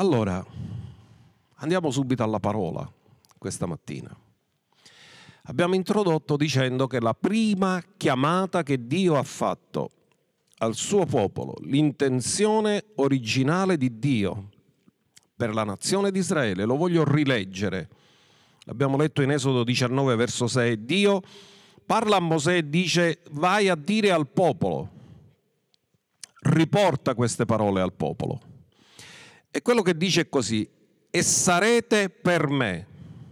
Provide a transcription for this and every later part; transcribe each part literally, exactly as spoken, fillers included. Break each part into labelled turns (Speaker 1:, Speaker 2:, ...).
Speaker 1: Allora, andiamo subito alla parola questa mattina. Abbiamo introdotto dicendo che la prima chiamata che Dio ha fatto al suo popolo, l'intenzione originale di Dio per la nazione di Israele, lo voglio rileggere. L'abbiamo letto in Esodo diciannove, verso sei. Dio parla a Mosè e dice: vai a dire al popolo, riporta queste parole al popolo. E quello che dice è così: e sarete per me.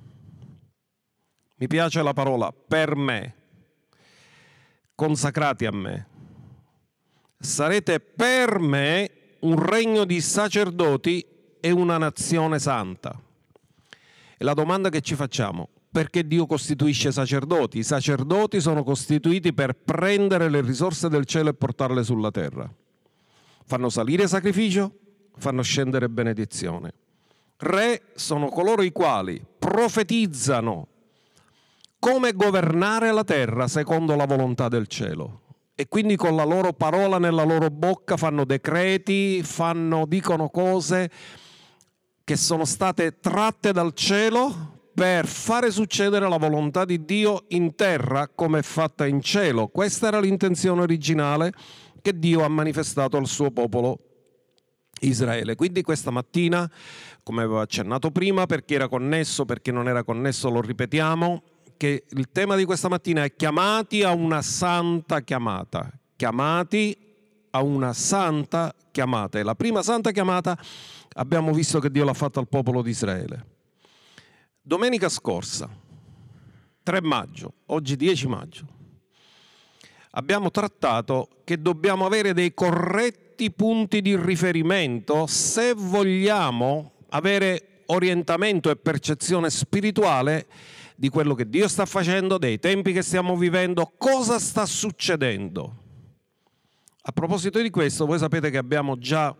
Speaker 1: Mi piace la parola per me, consacrati a me. Sarete per me un regno di sacerdoti e una nazione santa. E la domanda che ci facciamo: perché Dio costituisce sacerdoti? I sacerdoti sono costituiti per prendere le risorse del cielo e portarle sulla terra. Fanno salire sacrificio, fanno scendere benedizione. Re sono coloro i quali profetizzano come governare la terra secondo la volontà del cielo. E quindi con la loro parola nella loro bocca fanno decreti, fanno, dicono cose che sono state tratte dal cielo per fare succedere la volontà di Dio in terra come è fatta in cielo. Questa era l'intenzione originale che Dio ha manifestato al suo popolo Israele. Quindi questa mattina, come avevo accennato prima, per chi era connesso, per chi non era connesso lo ripetiamo, che il tema di questa mattina è chiamati a una santa chiamata. Chiamati a una santa chiamata. E la prima santa chiamata abbiamo visto che Dio l'ha fatta al popolo di Israele. Domenica scorsa, tre maggio, oggi dieci maggio, abbiamo trattato che dobbiamo avere dei corretti punti di riferimento se vogliamo avere orientamento e percezione spirituale di quello che Dio sta facendo, dei tempi che stiamo vivendo, cosa sta succedendo. A proposito di questo, voi sapete che abbiamo già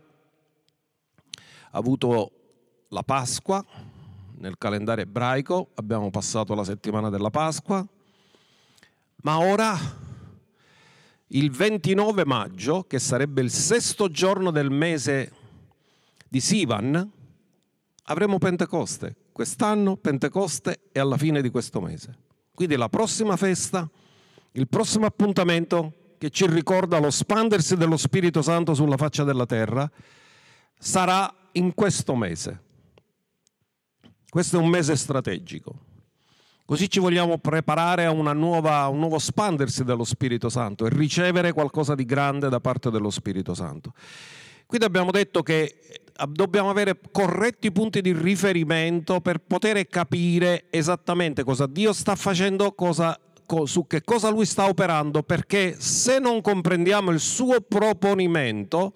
Speaker 1: avuto la Pasqua nel calendario ebraico, abbiamo passato la settimana della Pasqua, ma ora il ventinove maggio, che sarebbe il sesto giorno del mese di Sivan, avremo Pentecoste. Quest'anno Pentecoste è alla fine di questo mese. Quindi la prossima festa, il prossimo appuntamento che ci ricorda lo spandersi dello Spirito Santo sulla faccia della terra sarà in questo mese. Questo è un mese strategico. Così ci vogliamo preparare a una nuova, un nuovo spandersi dello Spirito Santo e ricevere qualcosa di grande da parte dello Spirito Santo. Quindi abbiamo detto che dobbiamo avere corretti punti di riferimento per poter capire esattamente cosa Dio sta facendo, cosa, su che cosa Lui sta operando, perché se non comprendiamo il suo proponimento,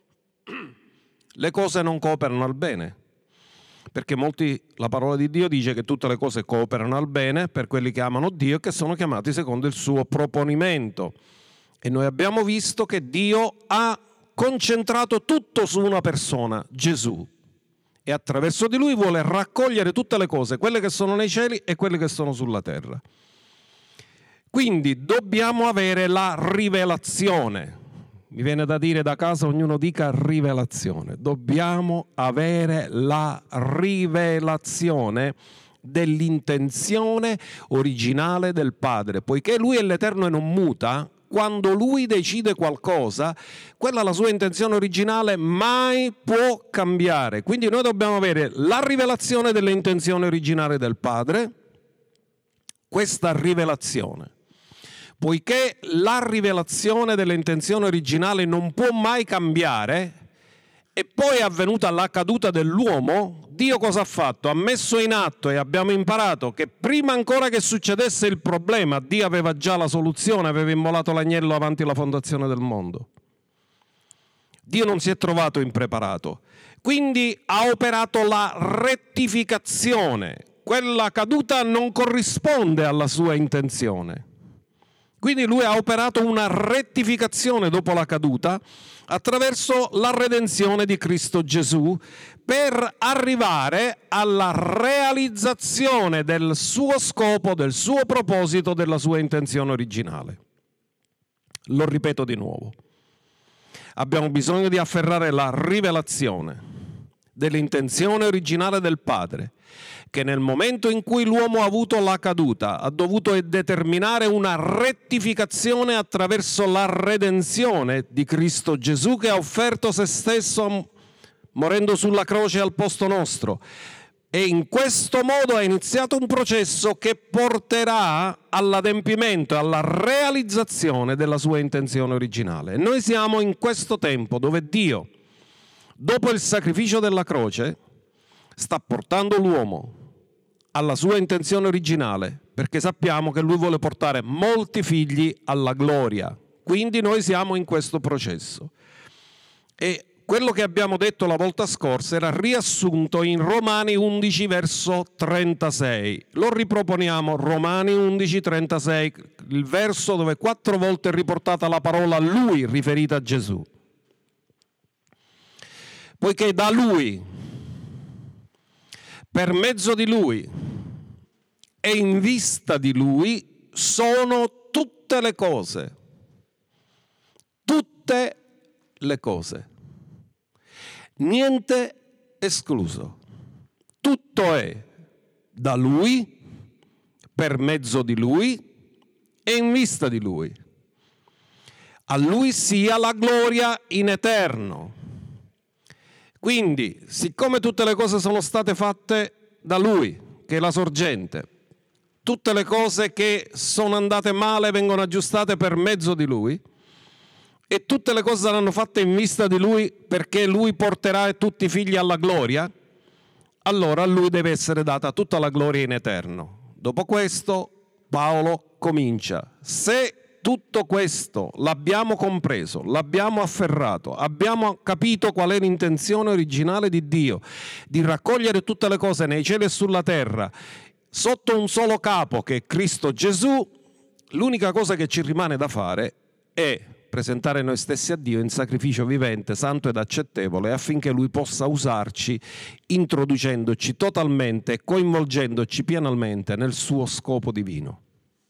Speaker 1: le cose non cooperano al bene. Perché molti, la parola di Dio dice che tutte le cose cooperano al bene per quelli che amano Dio e che sono chiamati secondo il suo proponimento. E noi abbiamo visto che Dio ha concentrato tutto su una persona, Gesù, e attraverso di lui vuole raccogliere tutte le cose, quelle che sono nei cieli e quelle che sono sulla terra. Quindi dobbiamo avere la rivelazione. Mi viene da dire da casa, ognuno dica rivelazione. Dobbiamo avere la rivelazione dell'intenzione originale del Padre, poiché Lui è l'Eterno e non muta. Quando Lui decide qualcosa, quella la sua intenzione originale mai può cambiare. Quindi noi dobbiamo avere la rivelazione dell'intenzione originale del Padre, questa rivelazione. Poiché la rivelazione dell'intenzione originale non può mai cambiare, e poi è avvenuta la caduta dell'uomo, Dio cosa ha fatto? Ha messo in atto, e abbiamo imparato che prima ancora che succedesse il problema, Dio aveva già la soluzione, aveva immolato l'agnello avanti la fondazione del mondo. Dio non si è trovato impreparato, quindi ha operato la rettificazione. Quella caduta non corrisponde alla sua intenzione. Quindi Lui ha operato una rettificazione dopo la caduta attraverso la redenzione di Cristo Gesù per arrivare alla realizzazione del suo scopo, del suo proposito, della sua intenzione originale. Lo ripeto di nuovo. Abbiamo bisogno di afferrare la rivelazione dell'intenzione originale del Padre, che nel momento in cui l'uomo ha avuto la caduta ha dovuto determinare una rettificazione attraverso la redenzione di Cristo Gesù, che ha offerto se stesso morendo sulla croce al posto nostro. E in questo modo ha iniziato un processo che porterà all'adempimento e alla realizzazione della sua intenzione originale. E noi siamo in questo tempo dove Dio, dopo il sacrificio della croce, sta portando l'uomo alla sua intenzione originale, perché sappiamo che Lui vuole portare molti figli alla gloria. Quindi noi siamo in questo processo. E quello che abbiamo detto la volta scorsa era riassunto in Romani undici verso trentasei. Lo riproponiamo, Romani undici trentasei, il verso dove quattro volte è riportata la parola Lui riferita a Gesù. Poiché da Lui, per mezzo di Lui e in vista di Lui sono tutte le cose. Tutte le cose. Niente escluso. Tutto è da Lui, per mezzo di Lui e in vista di Lui. A Lui sia la gloria in eterno. Quindi, siccome tutte le cose sono state fatte da Lui, che è la sorgente, tutte le cose che sono andate male vengono aggiustate per mezzo di Lui, e tutte le cose saranno fatte in vista di Lui perché Lui porterà tutti i figli alla gloria, allora a Lui deve essere data tutta la gloria in eterno. Dopo questo Paolo comincia: se tutto questo l'abbiamo compreso, l'abbiamo afferrato, abbiamo capito qual è l'intenzione originale di Dio, di raccogliere tutte le cose nei cieli e sulla terra, sotto un solo capo che è Cristo Gesù, l'unica cosa che ci rimane da fare è presentare noi stessi a Dio in sacrificio vivente, santo ed accettevole, affinché Lui possa usarci, introducendoci totalmente e coinvolgendoci pienamente nel suo scopo divino.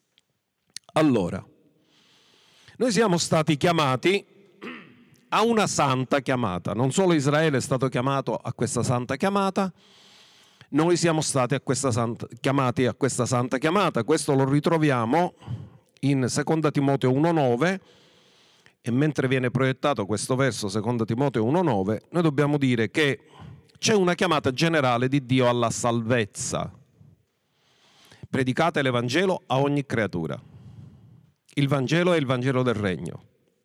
Speaker 1: Allora, noi siamo stati chiamati a una santa chiamata. Non solo Israele è stato chiamato a questa santa chiamata, noi siamo stati a questa santa, chiamati a questa santa chiamata. Questo lo ritroviamo in seconda Timoteo uno nove. E mentre viene proiettato questo verso, seconda Timoteo uno nove, noi dobbiamo dire che c'è una chiamata generale di Dio alla salvezza. Predicate l'Evangelo a ogni creatura. Il Vangelo è il Vangelo del Regno.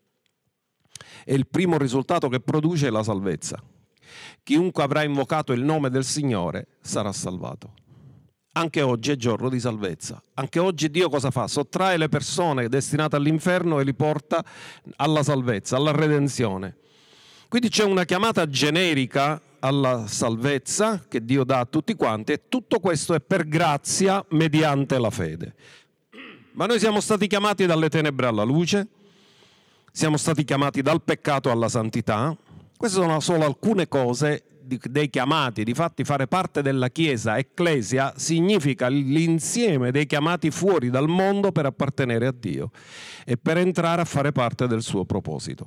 Speaker 1: E il primo risultato che produce è la salvezza. Chiunque avrà invocato il nome del Signore sarà salvato. Anche oggi è giorno di salvezza. Anche oggi Dio cosa fa? Sottrae le persone destinate all'inferno e li porta alla salvezza, alla redenzione. Quindi c'è una chiamata generica alla salvezza che Dio dà a tutti quanti, e tutto questo è per grazia mediante la fede. Ma noi siamo stati chiamati dalle tenebre alla luce, siamo stati chiamati dal peccato alla santità. Queste sono solo alcune cose dei chiamati. Difatti fare parte della Chiesa, ecclesia, significa l'insieme dei chiamati fuori dal mondo per appartenere a Dio e per entrare a fare parte del suo proposito.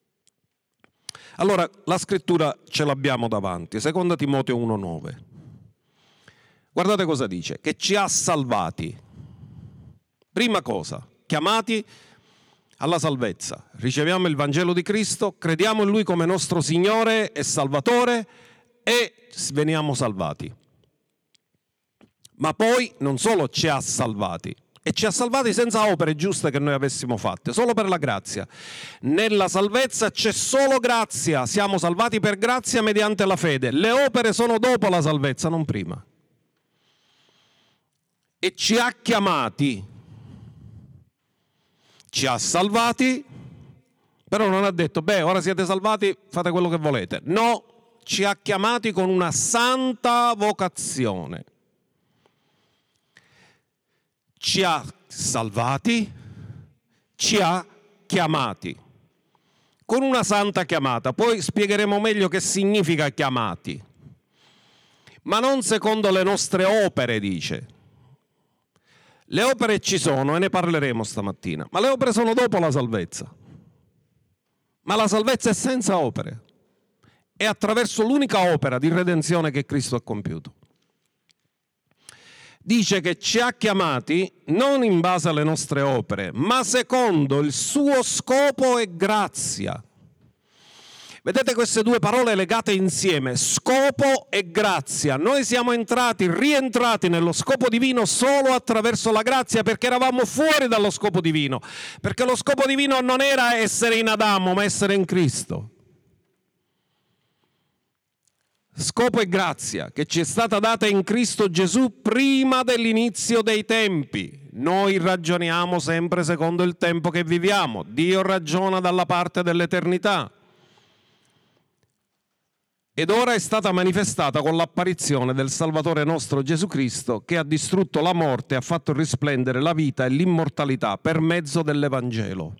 Speaker 1: Allora, la scrittura ce l'abbiamo davanti, seconda Timoteo uno nove. Guardate cosa dice: che ci ha salvati. Prima cosa, chiamati alla salvezza. Riceviamo il Vangelo di Cristo, crediamo in Lui come nostro Signore e Salvatore e veniamo salvati. Ma poi non solo ci ha salvati, e ci ha salvati senza opere giuste che noi avessimo fatte, solo per la grazia. Nella salvezza c'è solo grazia, siamo salvati per grazia mediante la fede. Le opere sono dopo la salvezza, non prima. E ci ha chiamati, ci ha salvati, però non ha detto: beh, ora siete salvati, fate quello che volete. No, ci ha chiamati con una santa vocazione. Ci ha salvati, ci ha chiamati con una santa chiamata. Poi spiegheremo meglio che significa chiamati, ma non secondo le nostre opere, dice. Le opere ci sono e ne parleremo stamattina, ma le opere sono dopo la salvezza. Ma la salvezza è senza opere. è attraverso l'unica opera di redenzione che Cristo ha compiuto. Dice che ci ha chiamati non in base alle nostre opere, ma secondo il suo scopo e grazia. Vedete queste due parole legate insieme, scopo e grazia. Noi siamo entrati, rientrati nello scopo divino solo attraverso la grazia, perché eravamo fuori dallo scopo divino, perché lo scopo divino non era essere in Adamo, ma essere in Cristo. Scopo e grazia che ci è stata data in Cristo Gesù prima dell'inizio dei tempi. Noi ragioniamo sempre secondo il tempo che viviamo, Dio ragiona dalla parte dell'eternità. Ed ora è stata manifestata con l'apparizione del Salvatore nostro Gesù Cristo, che ha distrutto la morte e ha fatto risplendere la vita e l'immortalità per mezzo dell'Evangelo.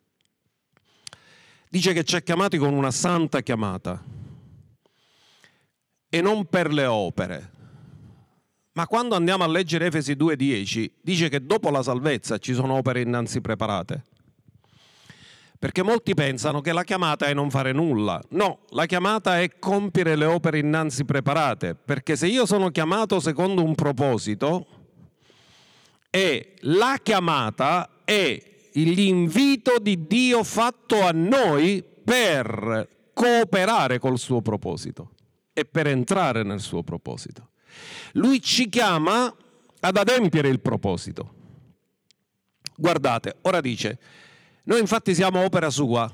Speaker 1: Dice che ci ha chiamati con una santa chiamata e non per le opere. Ma quando andiamo a leggere Efesi due dieci, dice che dopo la salvezza ci sono opere innanzi preparate. Perché molti pensano che la chiamata è non fare nulla. No, la chiamata è compiere le opere innanzi preparate, perché se io sono chiamato secondo un proposito, e la chiamata è l'invito di Dio fatto a noi per cooperare col suo proposito e per entrare nel suo proposito. Lui ci chiama ad adempiere il proposito. Guardate, ora dice: noi infatti siamo opera sua,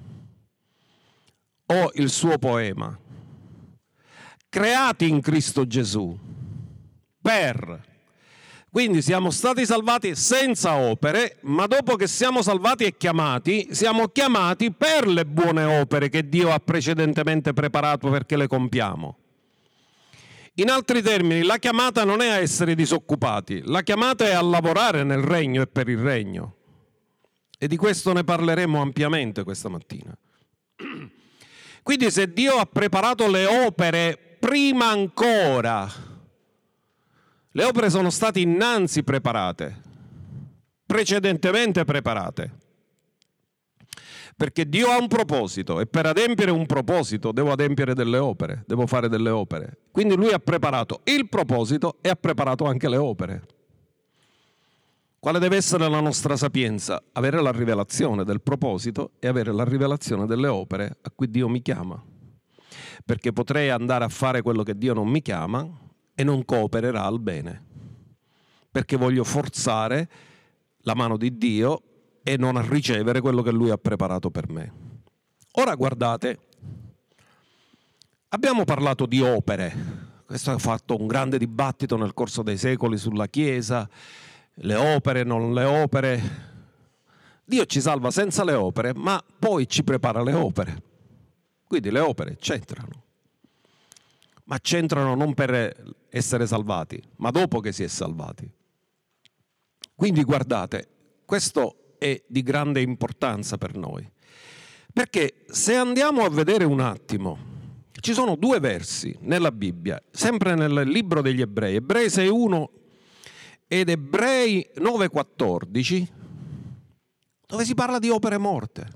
Speaker 1: o il suo poema, creati in Cristo Gesù, per. Quindi siamo stati salvati senza opere, ma dopo che siamo salvati e chiamati, siamo chiamati per le buone opere che Dio ha precedentemente preparato perché le compiamo. In altri termini, la chiamata non è a essere disoccupati, la chiamata è a lavorare nel regno e per il regno. E di questo ne parleremo ampiamente questa mattina. Quindi se Dio ha preparato le opere prima ancora, le opere sono state innanzi preparate, precedentemente preparate, perché Dio ha un proposito e per adempiere un proposito devo adempiere delle opere, devo fare delle opere. Quindi Lui ha preparato il proposito e ha preparato anche le opere. Quale deve essere la nostra sapienza? Avere la rivelazione del proposito e avere la rivelazione delle opere a cui Dio mi chiama. Perché potrei andare a fare quello che Dio non mi chiama e non coopererà al bene. Perché voglio forzare la mano di Dio e non ricevere quello che Lui ha preparato per me. Ora guardate, abbiamo parlato di opere. Questo ha fatto un grande dibattito nel corso dei secoli sulla Chiesa. Le opere, non le opere. Dio ci salva senza le opere, ma poi ci prepara le opere. Quindi le opere c'entrano. Ma c'entrano non per essere salvati, ma dopo che si è salvati. Quindi guardate, questo è di grande importanza per noi. Perché se andiamo a vedere un attimo, ci sono due versi nella Bibbia, sempre nel libro degli Ebrei, Ebrei sei uno ed Ebrei nove quattordici, dove si parla di opere morte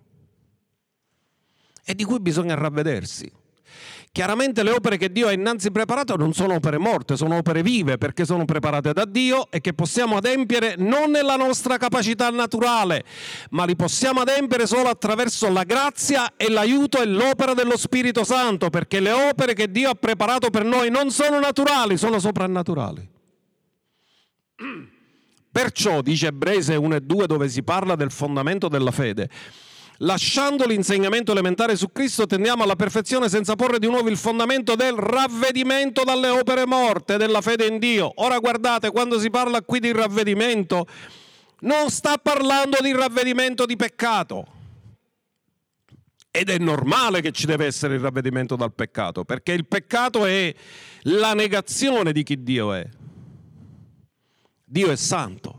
Speaker 1: e di cui bisogna ravvedersi. Chiaramente le opere che Dio ha innanzi preparato non sono opere morte, sono opere vive, perché sono preparate da Dio e che possiamo adempiere non nella nostra capacità naturale, ma li possiamo adempiere solo attraverso la grazia e l'aiuto e l'opera dello Spirito Santo, perché le opere che Dio ha preparato per noi non sono naturali, sono soprannaturali. Perciò, dice Ebrei uno e due, dove si parla del fondamento della fede, lasciando l'insegnamento elementare su Cristo tendiamo alla perfezione senza porre di nuovo il fondamento del ravvedimento dalle opere morte della fede in Dio. Ora guardate, quando si parla qui di ravvedimento non sta parlando di ravvedimento di peccato, ed è normale che ci deve essere il ravvedimento dal peccato, perché il peccato è la negazione di chi Dio è. Dio è santo.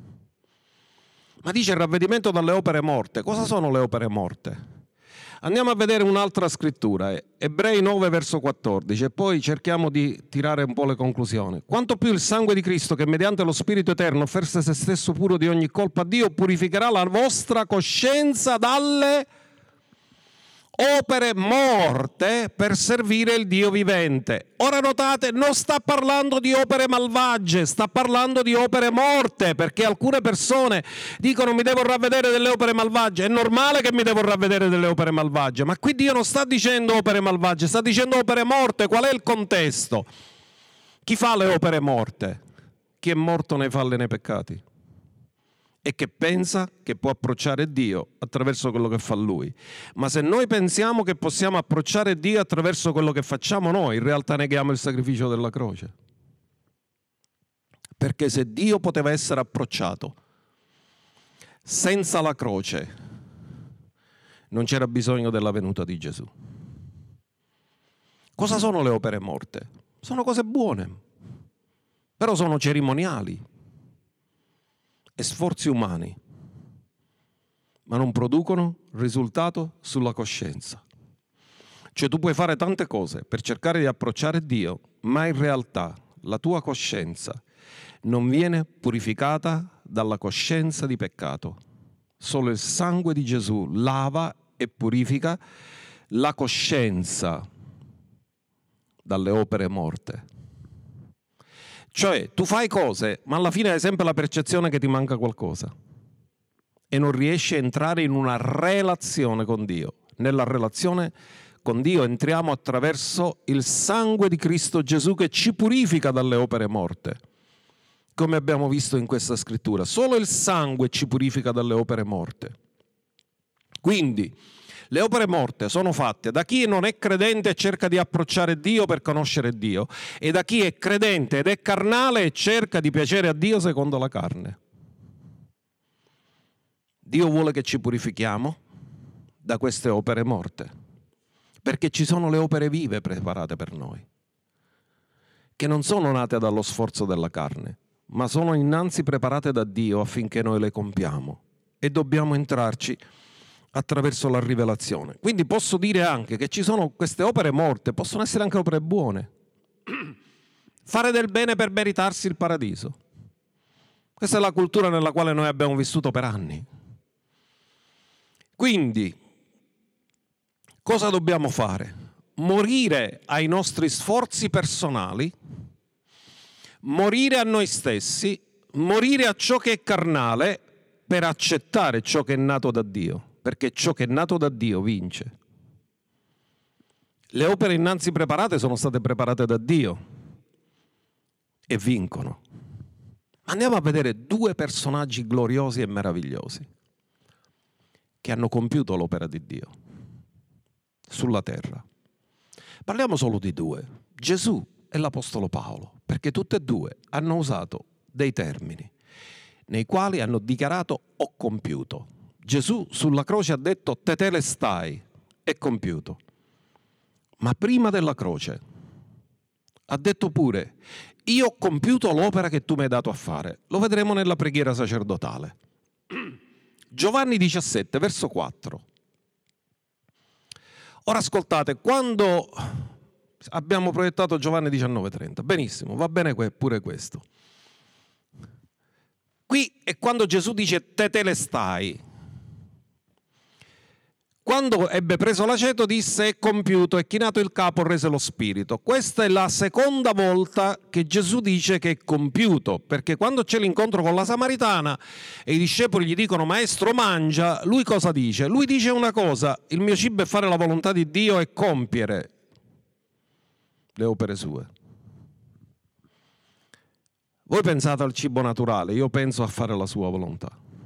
Speaker 1: Ma dice il ravvedimento dalle opere morte. Cosa sono le opere morte? Andiamo a vedere un'altra scrittura, Ebrei nove verso quattordici, e poi cerchiamo di tirare un po' le conclusioni. Quanto più il sangue di Cristo, che mediante lo Spirito Eterno offerse se stesso puro di ogni colpa a Dio, purificherà la vostra coscienza dalle opere morte per servire il Dio vivente. Ora notate, non sta parlando di opere malvagie, sta parlando di opere morte, perché alcune persone dicono mi devo ravvedere delle opere malvagie. È normale che mi devo ravvedere delle opere malvagie, ma qui Dio non sta dicendo opere malvagie, sta dicendo opere morte. Qual è il contesto? Chi fa le opere morte? Chi è morto nei falli e nei peccati e che pensa che può approcciare Dio attraverso quello che fa Lui. Ma se noi pensiamo che possiamo approcciare Dio attraverso quello che facciamo noi, in realtà neghiamo il sacrificio della croce. Perché se Dio poteva essere approcciato senza la croce, non c'era bisogno della venuta di Gesù. Cosa sono le opere morte? Sono cose buone, però sono cerimoniali e sforzi umani, ma non producono risultato sulla coscienza. Cioè tu puoi fare tante cose per cercare di approcciare Dio, ma in realtà la tua coscienza non viene purificata dalla coscienza di peccato. Solo il sangue di Gesù lava e purifica la coscienza dalle opere morte. Cioè, tu fai cose, ma alla fine hai sempre la percezione che ti manca qualcosa e non riesci a entrare in una relazione con Dio. Nella relazione con Dio entriamo attraverso il sangue di Cristo Gesù che ci purifica dalle opere morte, come abbiamo visto in questa scrittura. Solo il sangue ci purifica dalle opere morte. Quindi, le opere morte sono fatte da chi non è credente e cerca di approcciare Dio per conoscere Dio, e da chi è credente ed è carnale e cerca di piacere a Dio secondo la carne. Dio vuole che ci purifichiamo da queste opere morte, perché ci sono le opere vive preparate per noi, che non sono nate dallo sforzo della carne, ma sono innanzi preparate da Dio affinché noi le compiamo, e dobbiamo entrarci attraverso la rivelazione. Quindi posso dire anche che ci sono queste opere morte, possono essere anche opere buone. Fare del bene per meritarsi il paradiso. Questa è la cultura nella quale noi abbiamo vissuto per anni. Quindi, cosa dobbiamo fare? Morire ai nostri sforzi personali, morire a noi stessi, morire a ciò che è carnale per accettare ciò che è nato da Dio. Perché ciò che è nato da Dio vince. Le opere innanzi preparate sono state preparate da Dio e vincono. Andiamo a vedere due personaggi gloriosi e meravigliosi che hanno compiuto l'opera di Dio sulla terra. Parliamo solo di due, Gesù e l'Apostolo Paolo, perché tutte e due hanno usato dei termini nei quali hanno dichiarato ho compiuto. Gesù sulla croce ha detto tetelestai, è compiuto. Ma prima della croce ha detto pure io ho compiuto l'opera che tu mi hai dato a fare. Lo vedremo nella preghiera sacerdotale. Giovanni diciassette, verso quattro. Ora ascoltate, quando abbiamo proiettato Giovanni diciannove trenta, benissimo, va bene pure questo. Qui è quando Gesù dice tetelestai. Quando ebbe preso l'aceto disse è compiuto e chinato il capo rese lo spirito. Questa è la seconda volta che Gesù dice che è compiuto, perché quando c'è l'incontro con la Samaritana e i discepoli gli dicono maestro mangia, lui cosa dice? Lui dice una cosa, il mio cibo è fare la volontà di Dio e compiere le opere sue. Voi pensate al cibo naturale, io penso a fare la sua volontà.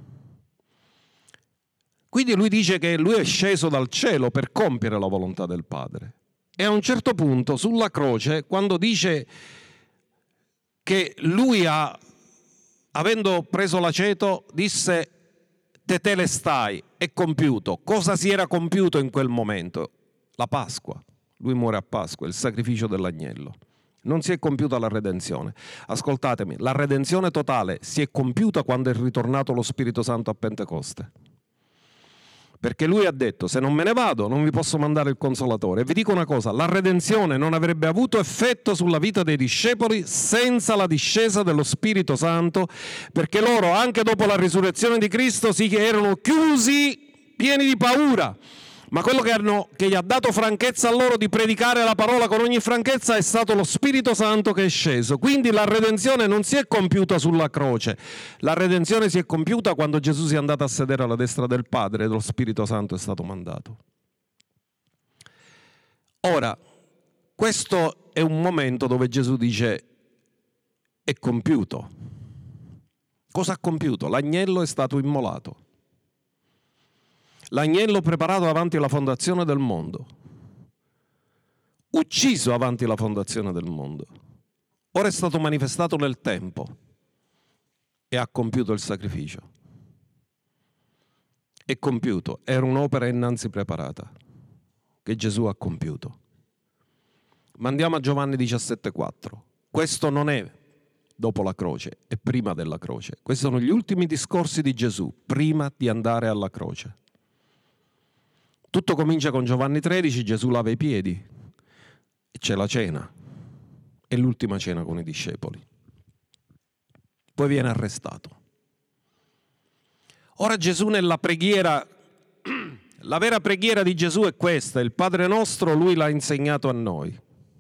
Speaker 1: Quindi lui dice che lui è sceso dal cielo per compiere la volontà del Padre. E a un certo punto, sulla croce, quando dice che lui ha, avendo preso l'aceto, disse tetelestai, è compiuto. Cosa si era compiuto in quel momento? La Pasqua. Lui muore a Pasqua, il sacrificio dell'agnello. Non si è compiuta la redenzione. Ascoltatemi, la redenzione totale si è compiuta quando è ritornato lo Spirito Santo a Pentecoste. Perché lui ha detto, se non me ne vado non vi posso mandare il Consolatore. E vi dico una cosa, la redenzione non avrebbe avuto effetto sulla vita dei discepoli senza la discesa dello Spirito Santo, perché loro, anche dopo la risurrezione di Cristo, si erano chiusi, pieni di paura. Ma quello che, hanno, che gli ha dato franchezza a loro di predicare la parola con ogni franchezza è stato lo Spirito Santo che è sceso. Quindi la redenzione non si è compiuta sulla croce, la redenzione si è compiuta quando Gesù si è andato a sedere alla destra del Padre e lo Spirito Santo è stato mandato. Ora, questo è un momento dove Gesù dice: è compiuto. Cosa ha compiuto? L'agnello è stato immolato. L'agnello preparato avanti la fondazione del mondo, ucciso avanti la fondazione del mondo, ora è stato manifestato nel tempo e ha compiuto il sacrificio. È compiuto, era un'opera innanzi preparata che Gesù ha compiuto. Ma andiamo a Giovanni diciassette quattro. Questo non è dopo la croce, è prima della croce. Questi sono gli ultimi discorsi di Gesù prima di andare alla croce. Tutto comincia con Giovanni tredici, Gesù lava i piedi e c'è la cena, è l'ultima cena con i discepoli. Poi viene arrestato. Ora Gesù nella preghiera, la vera preghiera di Gesù è questa: il Padre nostro lui l'ha insegnato a noi.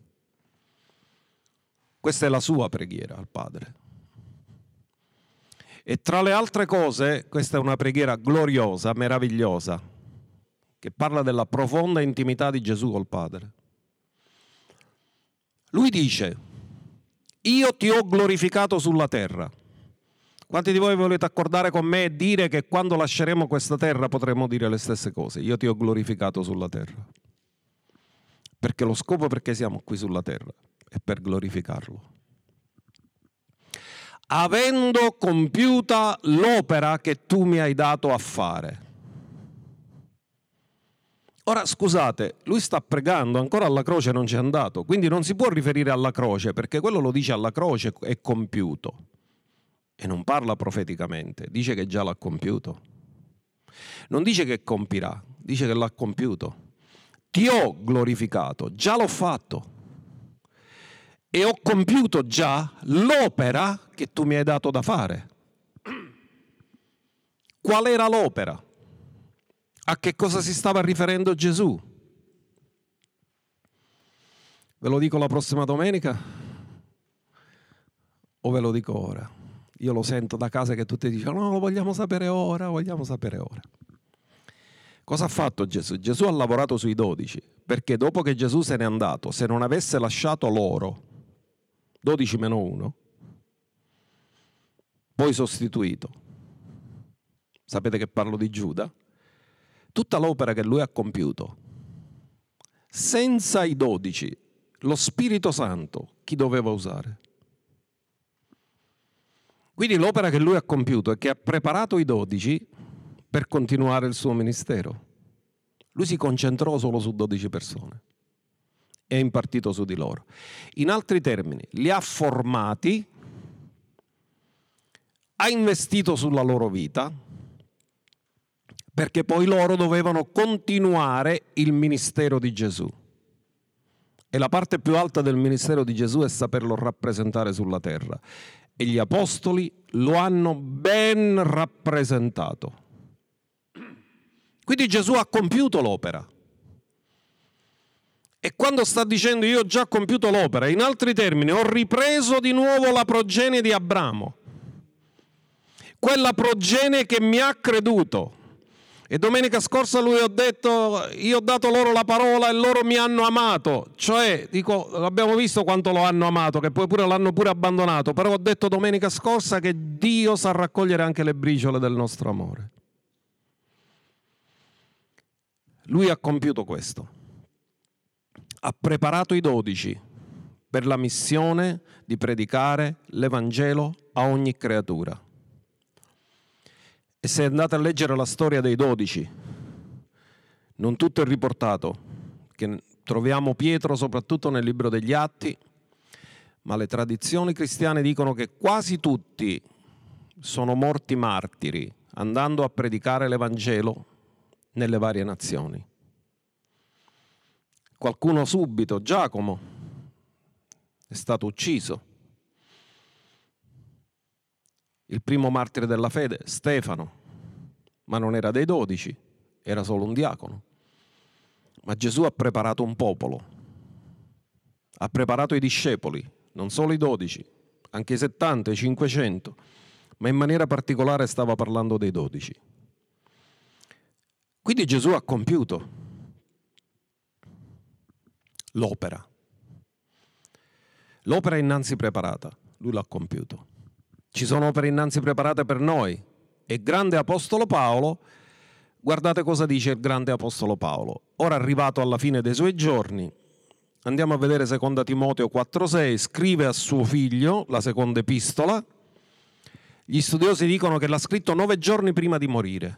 Speaker 1: Questa è la sua preghiera al Padre. E tra le altre cose, questa è una preghiera gloriosa, meravigliosa, che parla della profonda intimità di Gesù col Padre. Lui dice: io ti ho glorificato sulla terra. Quanti di voi volete accordare con me e dire che quando lasceremo questa terra potremo dire le stesse cose? Io ti ho glorificato sulla terra. Perché lo scopo perché siamo qui sulla terra è per glorificarlo. Avendo compiuta l'opera che tu mi hai dato a fare. Ora scusate, lui sta pregando, ancora alla croce non c'è andato, quindi non si può riferire alla croce, perché quello lo dice alla croce, è compiuto. E non parla profeticamente, dice che già l'ha compiuto. Non dice che compirà, dice che l'ha compiuto. Ti ho glorificato, già l'ho fatto. E ho compiuto già l'opera che tu mi hai dato da fare. Qual era l'opera? A che cosa si stava riferendo Gesù? Ve lo dico la prossima domenica o ve lo dico ora? Io lo sento da casa che tutti dicono: no, lo vogliamo sapere ora, vogliamo sapere ora. Cosa ha fatto Gesù? Gesù ha lavorato sui dodici, perché dopo che Gesù se n'è andato, se non avesse lasciato loro, dodici meno uno, poi sostituito, sapete che parlo di Giuda? Tutta l'opera che lui ha compiuto, senza i dodici, lo Spirito Santo, chi doveva usare? Quindi l'opera che lui ha compiuto è che ha preparato i dodici per continuare il suo ministero. Lui si concentrò solo su dodici persone e ha impartito su di loro. In altri termini, li ha formati, ha investito sulla loro vita, perché poi loro dovevano continuare il ministero di Gesù. E la parte più alta del ministero di Gesù è saperlo rappresentare sulla terra. E gli apostoli lo hanno ben rappresentato. Quindi Gesù ha compiuto l'opera. E quando sta dicendo io ho già compiuto l'opera, in altri termini, ho ripreso di nuovo la progenie di Abramo. Quella progenie che mi ha creduto. E domenica scorsa lui ha detto: io ho dato loro la parola e loro mi hanno amato. Cioè, dico, abbiamo visto quanto lo hanno amato, che poi pure l'hanno pure abbandonato. Però ho detto domenica scorsa che Dio sa raccogliere anche le briciole del nostro amore. Lui ha compiuto questo. Ha preparato i dodici per la missione di predicare l'Evangelo a ogni creatura. E se andate a leggere la storia dei dodici, non tutto è riportato, che troviamo Pietro soprattutto nel libro degli Atti, ma le tradizioni cristiane dicono che quasi tutti sono morti martiri andando a predicare l'Evangelo nelle varie nazioni. Qualcuno subito, Giacomo, è stato ucciso. Il primo martire della fede, Stefano, ma non era dei dodici, era solo un diacono. Ma Gesù ha preparato un popolo, ha preparato i discepoli, non solo i dodici, anche i settanta, i cinquecento, ma in maniera particolare stava parlando dei dodici. Quindi Gesù ha compiuto l'opera. L'opera è innanzi preparata, lui l'ha compiuto. Ci sono opere innanzi preparate per noi. E grande apostolo Paolo, guardate cosa dice il grande apostolo Paolo. Ora arrivato alla fine dei suoi giorni, andiamo a vedere seconda Timoteo quattro sei, scrive a suo figlio la seconda epistola. Gli studiosi dicono che l'ha scritto nove giorni prima di morire.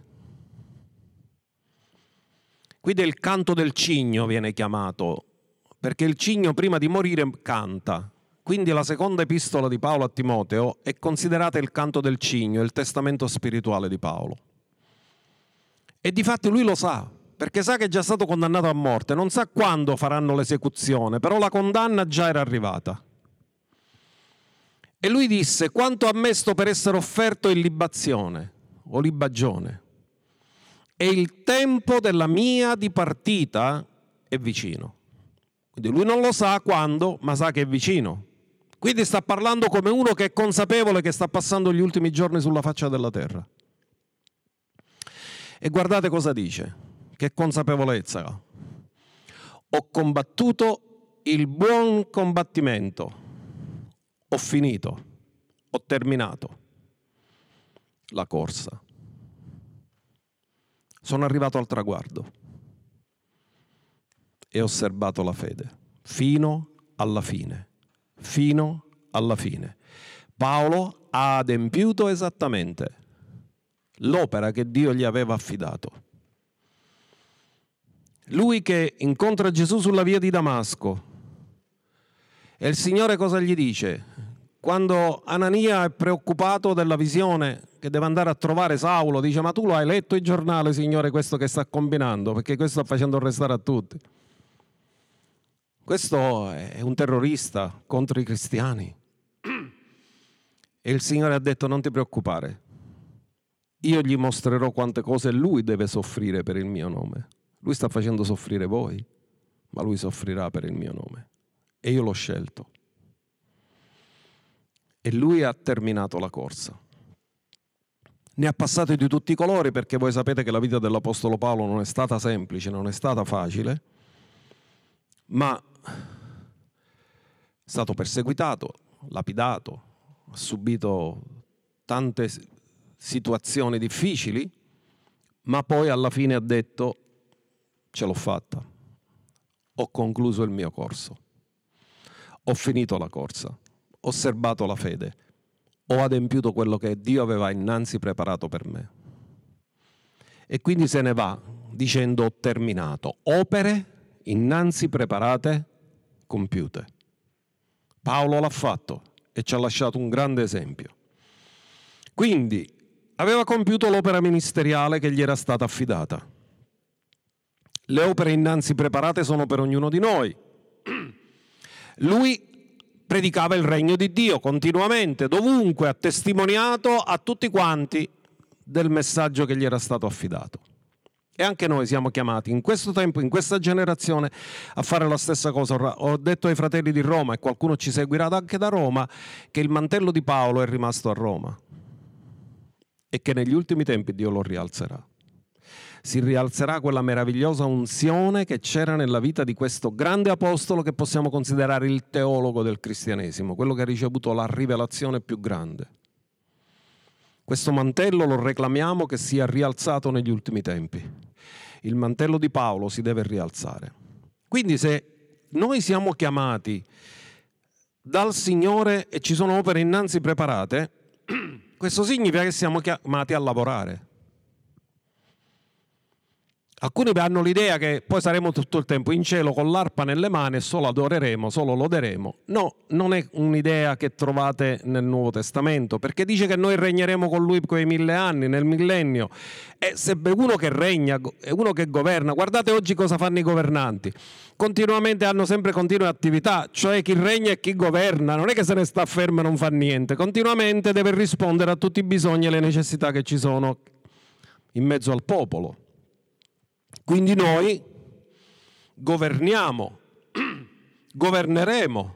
Speaker 1: Qui del canto del cigno viene chiamato, perché il cigno prima di morire canta. Quindi la seconda epistola di Paolo a Timoteo è considerata il canto del cigno, il testamento spirituale di Paolo. E difatti lui lo sa, perché sa che è già stato condannato a morte, non sa quando faranno l'esecuzione, però la condanna già era arrivata. E lui disse: quanto a me sto per essere offerto in libazione o libagione, e il tempo della mia dipartita è vicino. Quindi lui non lo sa quando, ma sa che è vicino. Quindi sta parlando come uno che è consapevole che sta passando gli ultimi giorni sulla faccia della terra. E guardate cosa dice, che consapevolezza ha. Ho combattuto il buon combattimento, ho finito, ho terminato la corsa. Sono arrivato al traguardo e ho serbato la fede fino alla fine. Fino alla fine. Paolo ha adempiuto esattamente l'opera che Dio gli aveva affidato. Lui che incontra Gesù sulla via di Damasco, e il Signore cosa gli dice? Quando Anania è preoccupato della visione che deve andare a trovare Saulo, dice: ma tu lo hai letto il giornale, Signore, questo che sta combinando? Perché questo sta facendo arrestare a tutti. Questo è un terrorista contro i cristiani. E il Signore ha detto: non ti preoccupare, io gli mostrerò quante cose lui deve soffrire per il mio nome. Lui sta facendo soffrire voi, ma lui soffrirà per il mio nome. E io l'ho scelto. E lui ha terminato la corsa. Ne ha passati di tutti i colori, perché voi sapete che la vita dell'Apostolo Paolo non è stata semplice, non è stata facile, ma è stato perseguitato, lapidato, ha subito tante situazioni difficili, ma poi alla fine ha detto: ce l'ho fatta, ho concluso il mio corso, ho finito la corsa, ho serbato la fede, ho adempiuto quello che Dio aveva innanzi preparato per me. E quindi se ne va dicendo: ho terminato, opere innanzi preparate, compiute. Paolo l'ha fatto e ci ha lasciato un grande esempio. Quindi aveva compiuto l'opera ministeriale che gli era stata affidata. Le opere innanzi preparate sono per ognuno di noi. Lui predicava il regno di Dio continuamente, dovunque, ha testimoniato a tutti quanti del messaggio che gli era stato affidato. E anche noi siamo chiamati in questo tempo, in questa generazione, a fare la stessa cosa. Ho detto ai fratelli di Roma, e qualcuno ci seguirà anche da Roma, che il mantello di Paolo è rimasto a Roma e che negli ultimi tempi Dio lo rialzerà. Si rialzerà quella meravigliosa unzione che c'era nella vita di questo grande apostolo che possiamo considerare il teologo del cristianesimo, quello che ha ricevuto la rivelazione più grande. Questo mantello lo reclamiamo che sia rialzato negli ultimi tempi. Il mantello di Paolo si deve rialzare. Quindi se noi siamo chiamati dal Signore e ci sono opere innanzi preparate, questo significa che siamo chiamati a lavorare. Alcuni hanno l'idea che poi saremo tutto il tempo in cielo con l'arpa nelle mani e solo adoreremo, solo loderemo. No, non è un'idea che trovate nel Nuovo Testamento, perché dice che noi regneremo con lui quei mille anni, nel millennio. E se uno che regna è uno che governa, guardate oggi cosa fanno i governanti. Continuamente hanno sempre continue attività, cioè chi regna e chi governa non è che se ne sta fermo e non fa niente, continuamente deve rispondere a tutti i bisogni e le necessità che ci sono in mezzo al popolo. Quindi noi governiamo, governeremo.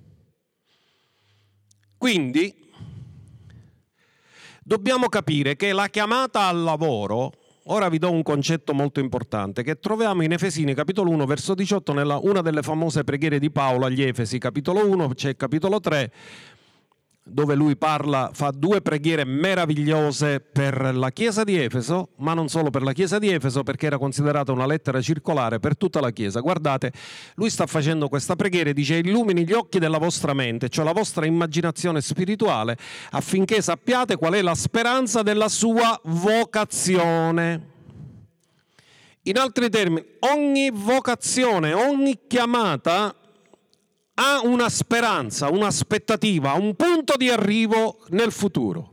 Speaker 1: Quindi dobbiamo capire che la chiamata al lavoro, ora vi do un concetto molto importante che troviamo in Efesini capitolo uno verso diciotto, nella una delle famose preghiere di Paolo agli Efesi, capitolo uno, c'è capitolo tre, dove lui parla, fa due preghiere meravigliose per la chiesa di Efeso, ma non solo per la chiesa di Efeso, perché era considerata una lettera circolare per tutta la chiesa. Guardate, lui sta facendo questa preghiera e dice: illumini gli occhi della vostra mente, cioè la vostra immaginazione spirituale, affinché sappiate qual è la speranza della sua vocazione. In altri termini, ogni vocazione, ogni chiamata ha una speranza, un'aspettativa, un punto di arrivo nel futuro.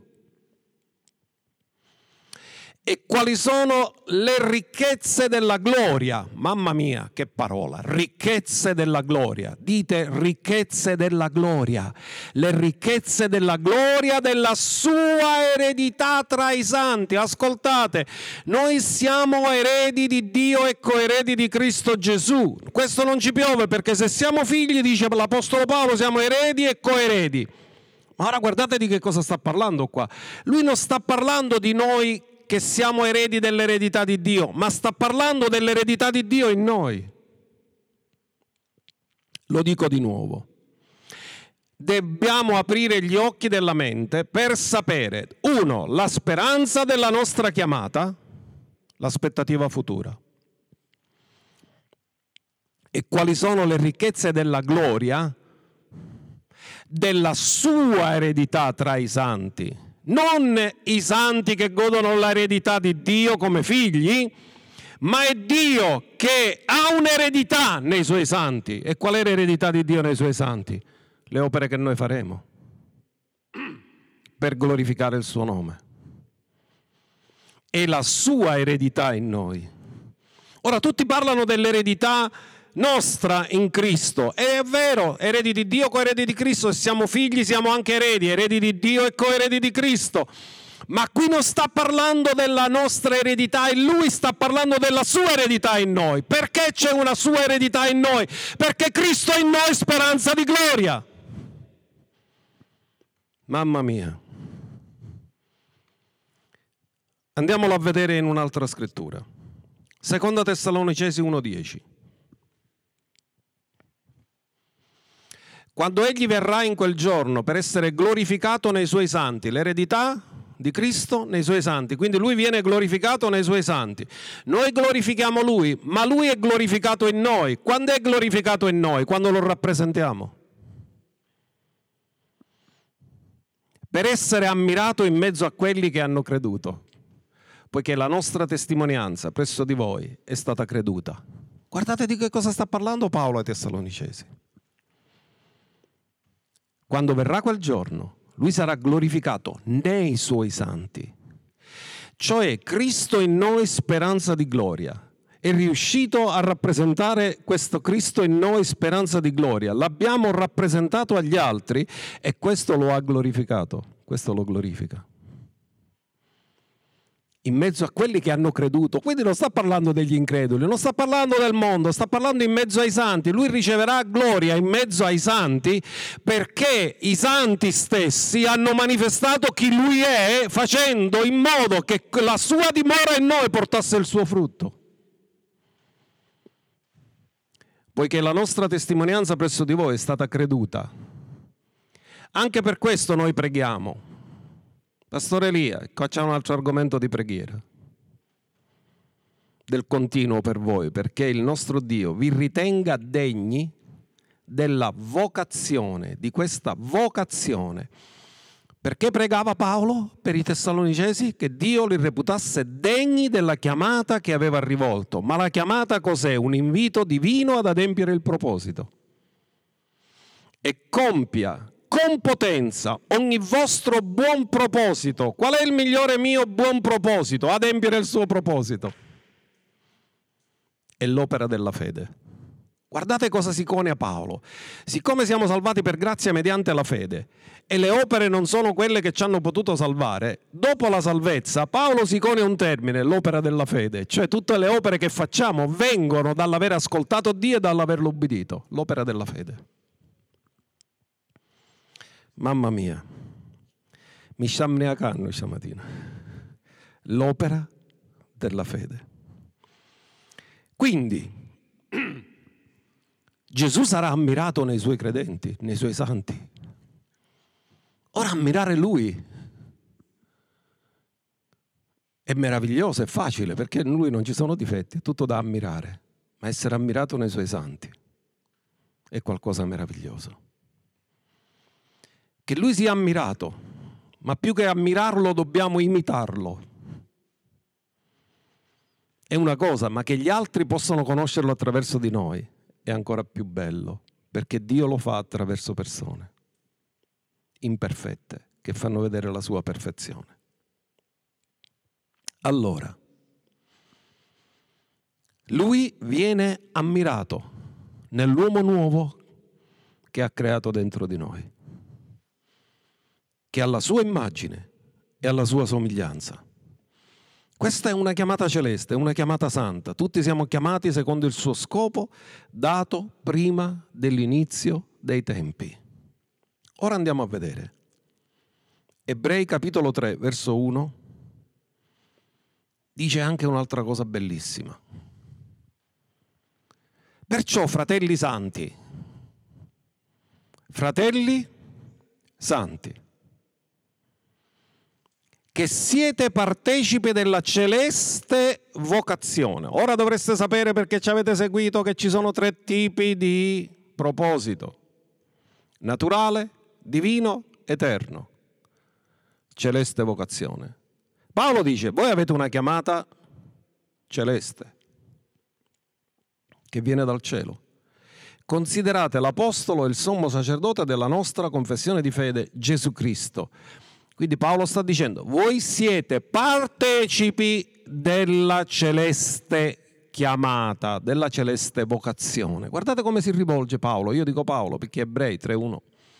Speaker 1: E quali sono le ricchezze della gloria? Mamma mia, che parola! Ricchezze della gloria. Dite ricchezze della gloria. Le ricchezze della gloria della sua eredità tra i santi. Ascoltate, noi siamo eredi di Dio e coeredi di Cristo Gesù. Questo non ci piove, perché se siamo figli, dice l'Apostolo Paolo, siamo eredi e coeredi. Ma ora guardate di che cosa sta parlando qua. Lui non sta parlando di noi che siamo eredi dell'eredità di Dio, ma sta parlando dell'eredità di Dio in noi. Lo dico di nuovo. Dobbiamo aprire gli occhi della mente per sapere, uno, la speranza della nostra chiamata, l'aspettativa futura, e quali sono le ricchezze della gloria della sua eredità tra i santi. Non i santi che godono l'eredità di Dio come figli, ma è Dio che ha un'eredità nei suoi santi. E qual è l'eredità di Dio nei suoi santi? Le opere che noi faremo per glorificare il suo nome. È la sua eredità in noi. Ora tutti parlano dell'eredità nostra in Cristo, e è vero, eredi di Dio, coeredi di Cristo, e siamo figli, siamo anche eredi, eredi di Dio e coeredi di Cristo, ma qui non sta parlando della nostra eredità in Lui, sta parlando della sua eredità in noi. Perché c'è una sua eredità in noi? Perché Cristo è in noi, speranza di gloria. Mamma mia. Andiamolo a vedere in un'altra scrittura, seconda Tessalonicesi uno dieci. Quando egli verrà in quel giorno per essere glorificato nei suoi santi, l'eredità di Cristo nei suoi santi, quindi lui viene glorificato nei suoi santi. Noi glorifichiamo lui, ma lui è glorificato in noi. Quando è glorificato in noi? Quando lo rappresentiamo. Per essere ammirato in mezzo a quelli che hanno creduto, poiché la nostra testimonianza presso di voi è stata creduta. Guardate di che cosa sta parlando Paolo ai Tessalonicesi. Quando verrà quel giorno, lui sarà glorificato nei suoi santi. Cioè Cristo in noi, speranza di gloria. È riuscito a rappresentare questo Cristo in noi, speranza di gloria. L'abbiamo rappresentato agli altri e questo lo ha glorificato. Questo lo glorifica. In mezzo a quelli che hanno creduto. Quindi non sta parlando degli increduli, non sta parlando del mondo, sta parlando in mezzo ai santi. Lui riceverà gloria in mezzo ai santi perché i santi stessi hanno manifestato chi lui è, facendo in modo che la sua dimora in noi portasse il suo frutto. Poiché la nostra testimonianza presso di voi è stata creduta. Anche per questo noi preghiamo. Pastore Elia, qua c'è un altro argomento di preghiera, del continuo per voi, perché il nostro Dio vi ritenga degni della vocazione, di questa vocazione. Perché pregava Paolo per i Tessalonicesi? Che Dio li reputasse degni della chiamata che aveva rivolto. Ma la chiamata cos'è? Un invito divino ad adempiere il proposito. E compia con potenza ogni vostro buon proposito. Qual è il migliore mio buon proposito? Adempiere il suo proposito. È l'opera della fede. Guardate cosa si conia Paolo. Siccome siamo salvati per grazia mediante la fede e le opere non sono quelle che ci hanno potuto salvare, dopo la salvezza Paolo si conia un termine, l'opera della fede, cioè tutte le opere che facciamo vengono dall'aver ascoltato Dio e dall'averlo ubbidito, l'opera della fede. Mamma mia, mi sta amniacando stamattina. L'opera della fede. Quindi Gesù sarà ammirato nei suoi credenti, nei suoi santi. Ora ammirare Lui è meraviglioso, è facile, perché in Lui non ci sono difetti, è tutto da ammirare. Ma essere ammirato nei suoi santi è qualcosa di meraviglioso. Che Lui sia ammirato, ma più che ammirarlo dobbiamo imitarlo. È una cosa, ma che gli altri possano conoscerlo attraverso di noi è ancora più bello, perché Dio lo fa attraverso persone imperfette che fanno vedere la sua perfezione. Allora, Lui viene ammirato nell'uomo nuovo che ha creato dentro di noi, che ha la sua immagine e alla sua somiglianza. Questa è una chiamata celeste, una chiamata santa. Tutti siamo chiamati secondo il suo scopo dato prima dell'inizio dei tempi. Ora andiamo a vedere. Ebrei capitolo tre, verso uno, dice anche un'altra cosa bellissima. Perciò, fratelli santi, fratelli santi, che siete partecipi della celeste vocazione. Ora dovreste sapere, perché ci avete seguito, che ci sono tre tipi di proposito: naturale, divino, eterno. Celeste vocazione. Paolo dice: voi avete una chiamata celeste che viene dal cielo. Considerate l'apostolo e il sommo sacerdote della nostra confessione di fede, Gesù Cristo. Quindi Paolo sta dicendo: voi siete partecipi della celeste chiamata, della celeste vocazione. Guardate come si rivolge Paolo. Io dico Paolo perché Ebrei tre uno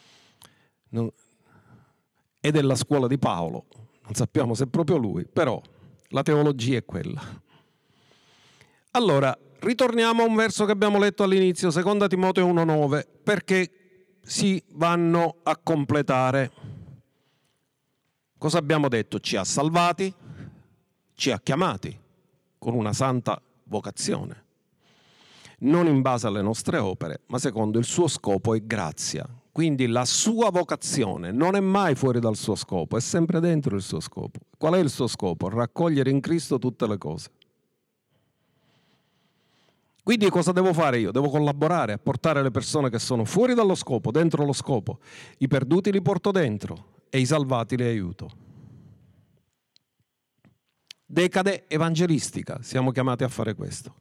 Speaker 1: è della scuola di Paolo. Non sappiamo se è proprio lui, però la teologia è quella. Allora, ritorniamo a un verso che abbiamo letto all'inizio, seconda Timoteo uno nove, perché si vanno a completare. Cosa abbiamo detto? Ci ha salvati, ci ha chiamati con una santa vocazione, non in base alle nostre opere, ma secondo il suo scopo e grazia. Quindi la sua vocazione non è mai fuori dal suo scopo, è sempre dentro il suo scopo. Qual è il suo scopo? Raccogliere in Cristo tutte le cose. Quindi cosa devo fare io? Devo collaborare a portare le persone che sono fuori dallo scopo, dentro lo scopo. I perduti li porto dentro e i salvati li aiuto. Decade evangelistica, siamo chiamati a fare questo.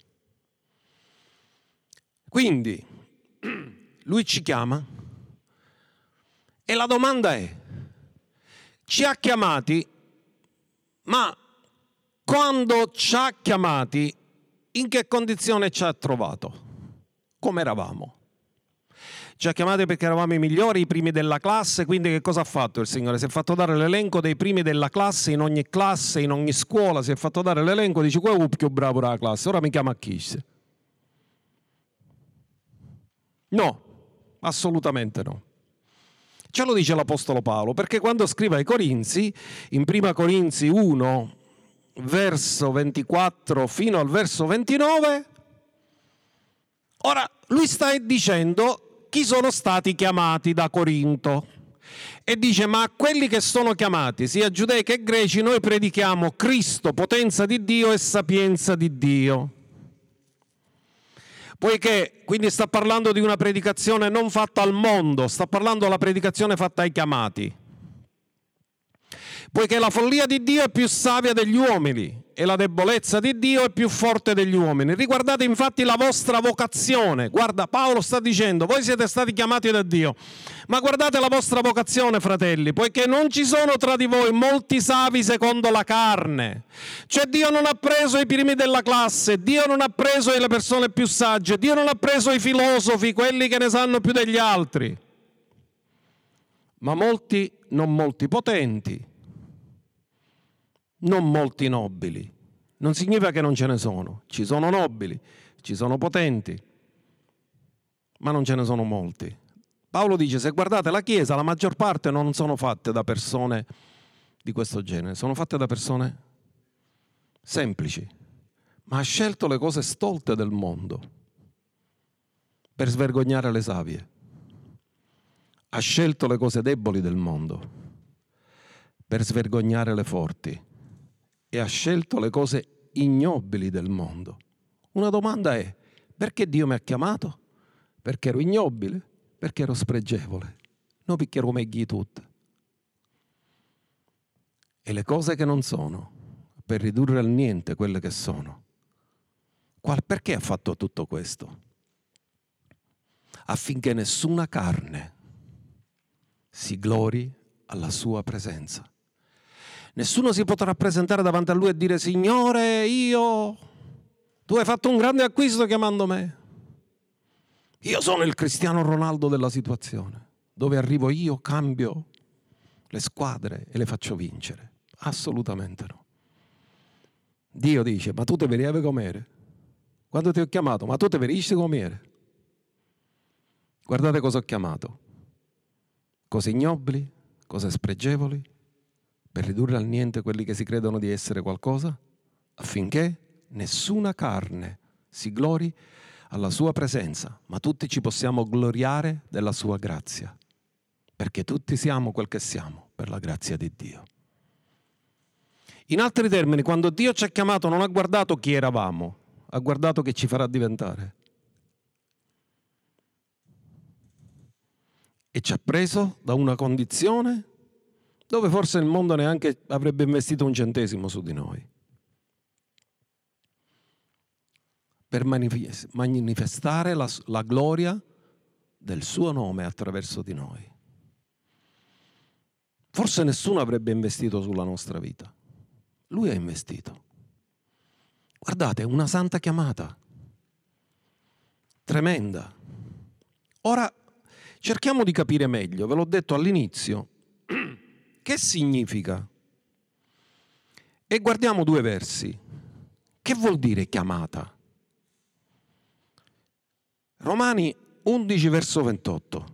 Speaker 1: Quindi, lui ci chiama e la domanda è: ci ha chiamati, ma quando ci ha chiamati, in che condizione ci ha trovato? Come eravamo? Ci ha chiamati perché eravamo i migliori, i primi della classe, quindi che cosa ha fatto il Signore? Si è fatto dare l'elenco dei primi della classe, in ogni classe, in ogni scuola, si è fatto dare l'elenco, dice: quello è più bravo della classe, ora mi chiama a Chis. No, assolutamente no. Ce lo dice l'Apostolo Paolo, perché quando scrive ai Corinzi, in prima Corinzi uno, verso ventiquattro fino al verso ventinove, ora lui sta dicendo chi sono stati chiamati da Corinto e dice: ma a quelli che sono chiamati, sia giudei che greci, noi predichiamo Cristo, potenza di Dio e sapienza di Dio. Poiché, quindi sta parlando di una predicazione non fatta al mondo, sta parlando della predicazione fatta ai chiamati. Poiché la follia di Dio è più savia degli uomini e la debolezza di Dio è più forte degli uomini. Riguardate infatti la vostra vocazione. Guarda, Paolo sta dicendo, voi siete stati chiamati da Dio, ma guardate la vostra vocazione, fratelli, poiché non ci sono tra di voi molti savi secondo la carne. Cioè Dio non ha preso i primi della classe, Dio non ha preso le persone più sagge, Dio non ha preso i filosofi, quelli che ne sanno più degli altri, ma molti, non molti potenti, non molti nobili. Non significa che non ce ne sono, ci sono nobili, ci sono potenti, ma non ce ne sono molti. Paolo dice, se guardate la Chiesa, la maggior parte non sono fatte da persone di questo genere, sono fatte da persone semplici, ma ha scelto le cose stolte del mondo per svergognare le savie. Ha scelto le cose deboli del mondo per svergognare le forti. E ha scelto le cose ignobili del mondo. Una domanda è, perché Dio mi ha chiamato? Perché ero ignobile? Perché ero spregevole? Non perché ero meglio tutte. E le cose che non sono, per ridurre al niente quelle che sono. Qual, perché ha fatto tutto questo? Affinché nessuna carne si glori alla sua presenza. Nessuno si potrà presentare davanti a Lui e dire, Signore, io, tu hai fatto un grande acquisto chiamando me. Io sono il Cristiano Ronaldo della situazione. Dove arrivo io cambio le squadre e le faccio vincere. Assolutamente no. Dio dice, ma tu te vedi com'eri? Quando ti ho chiamato, ma tu te vedi com'eri? Guardate cosa ho chiamato. Cose ignobili, cose spregevoli, per ridurre al niente quelli che si credono di essere qualcosa, affinché nessuna carne si glori alla sua presenza, ma tutti ci possiamo gloriare della sua grazia, perché tutti siamo quel che siamo per la grazia di Dio. In altri termini, quando Dio ci ha chiamato non ha guardato chi eravamo, ha guardato che ci farà diventare. E ci ha preso da una condizione dove forse il mondo neanche avrebbe investito un centesimo su di noi, per manifestare la, la gloria del suo nome attraverso di noi. Forse nessuno avrebbe investito sulla nostra vita. Lui ha investito. Guardate, una santa chiamata, tremenda. Ora cerchiamo di capire meglio, ve l'ho detto all'inizio, che significa? E guardiamo due versi. Che vuol dire chiamata? Romani undici verso ventotto.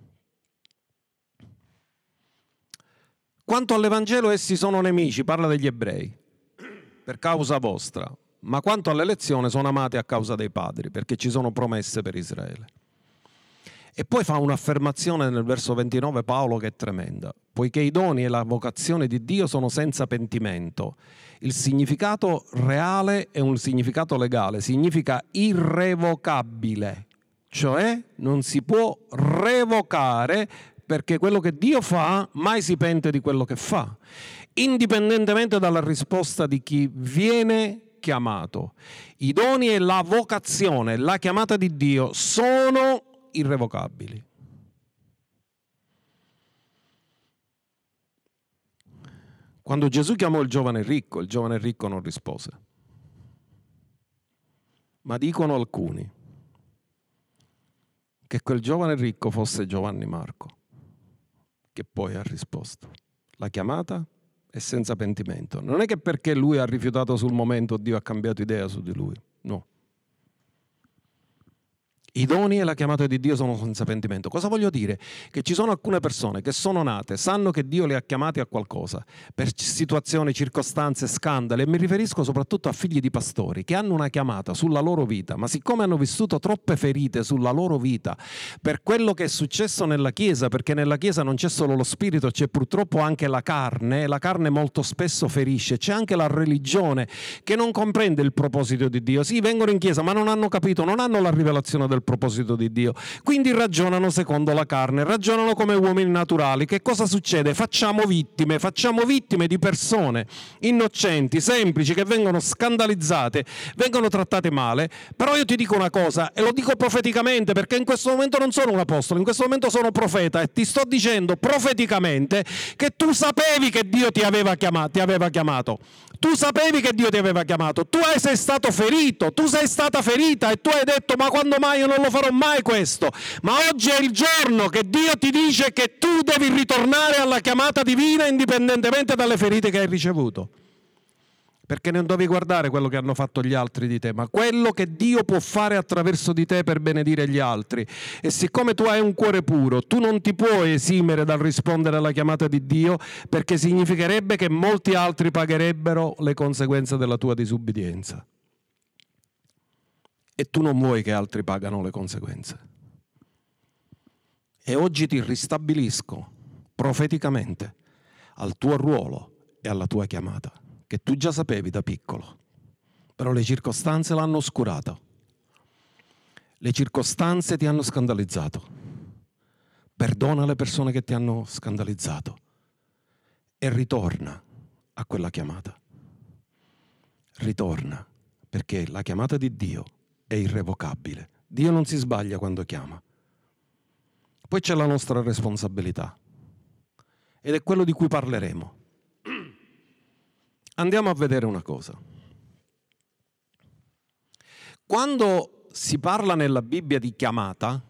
Speaker 1: Quanto all'Evangelo essi sono nemici, parla degli ebrei, per causa vostra, ma quanto all'elezione sono amati a causa dei padri, perché ci sono promesse per Israele. E poi fa un'affermazione nel verso ventinove Paolo che è tremenda. Poiché i doni e la vocazione di Dio sono senza pentimento. Il significato reale è un significato legale, significa irrevocabile. Cioè non si può revocare, perché quello che Dio fa mai si pente di quello che fa, indipendentemente dalla risposta di chi viene chiamato. I doni e la vocazione, la chiamata di Dio sono irrevocabili. Quando Gesù chiamò il giovane ricco, il giovane ricco non rispose. Ma dicono alcuni che quel giovane ricco fosse Giovanni Marco, che poi ha risposto. La chiamata è senza pentimento. Non è che perché lui ha rifiutato sul momento Dio ha cambiato idea su di lui, no. I doni e la chiamata di Dio sono senza pentimento. Cosa voglio dire? Che ci sono alcune persone che sono nate, sanno che Dio le ha chiamati a qualcosa, per situazioni, circostanze, scandali, e mi riferisco soprattutto a figli di pastori, che hanno una chiamata sulla loro vita, ma siccome hanno vissuto troppe ferite sulla loro vita, per quello che è successo nella Chiesa, perché nella Chiesa non c'è solo lo spirito, c'è purtroppo anche la carne, e la carne molto spesso ferisce, c'è anche la religione che non comprende il proposito di Dio. Sì, vengono in Chiesa, ma non hanno capito, non hanno la rivelazione del proposito di Dio. Quindi ragionano secondo la carne, ragionano come uomini naturali. Che cosa succede? Facciamo vittime, facciamo vittime di persone innocenti, semplici, che vengono scandalizzate, vengono trattate male. Però io ti dico una cosa, e lo dico profeticamente, perché in questo momento non sono un apostolo, in questo momento sono profeta, e ti sto dicendo profeticamente che tu sapevi che Dio ti aveva chiamato, ti aveva chiamato. Tu sapevi che Dio ti aveva chiamato, tu sei stato ferito, tu sei stata ferita e tu hai detto: ma quando mai, io non lo farò mai questo. Ma oggi è il giorno che Dio ti dice che tu devi ritornare alla chiamata divina indipendentemente dalle ferite che hai ricevuto. Perché non devi guardare quello che hanno fatto gli altri di te, ma quello che Dio può fare attraverso di te per benedire gli altri. E siccome tu hai un cuore puro, tu non ti puoi esimere dal rispondere alla chiamata di Dio, perché significherebbe che molti altri pagherebbero le conseguenze della tua disubbidienza. E tu non vuoi che altri pagano le conseguenze. E oggi ti ristabilisco profeticamente al tuo ruolo e alla tua chiamata, che tu già sapevi da piccolo, però le circostanze l'hanno oscurato. Le circostanze ti hanno scandalizzato. Perdona le persone che ti hanno scandalizzato e ritorna a quella chiamata. Ritorna, perché la chiamata di Dio è irrevocabile. Dio non si sbaglia quando chiama. Poi c'è la nostra responsabilità, ed è quello di cui parleremo. Andiamo a vedere una cosa. Quando si parla nella Bibbia di chiamata,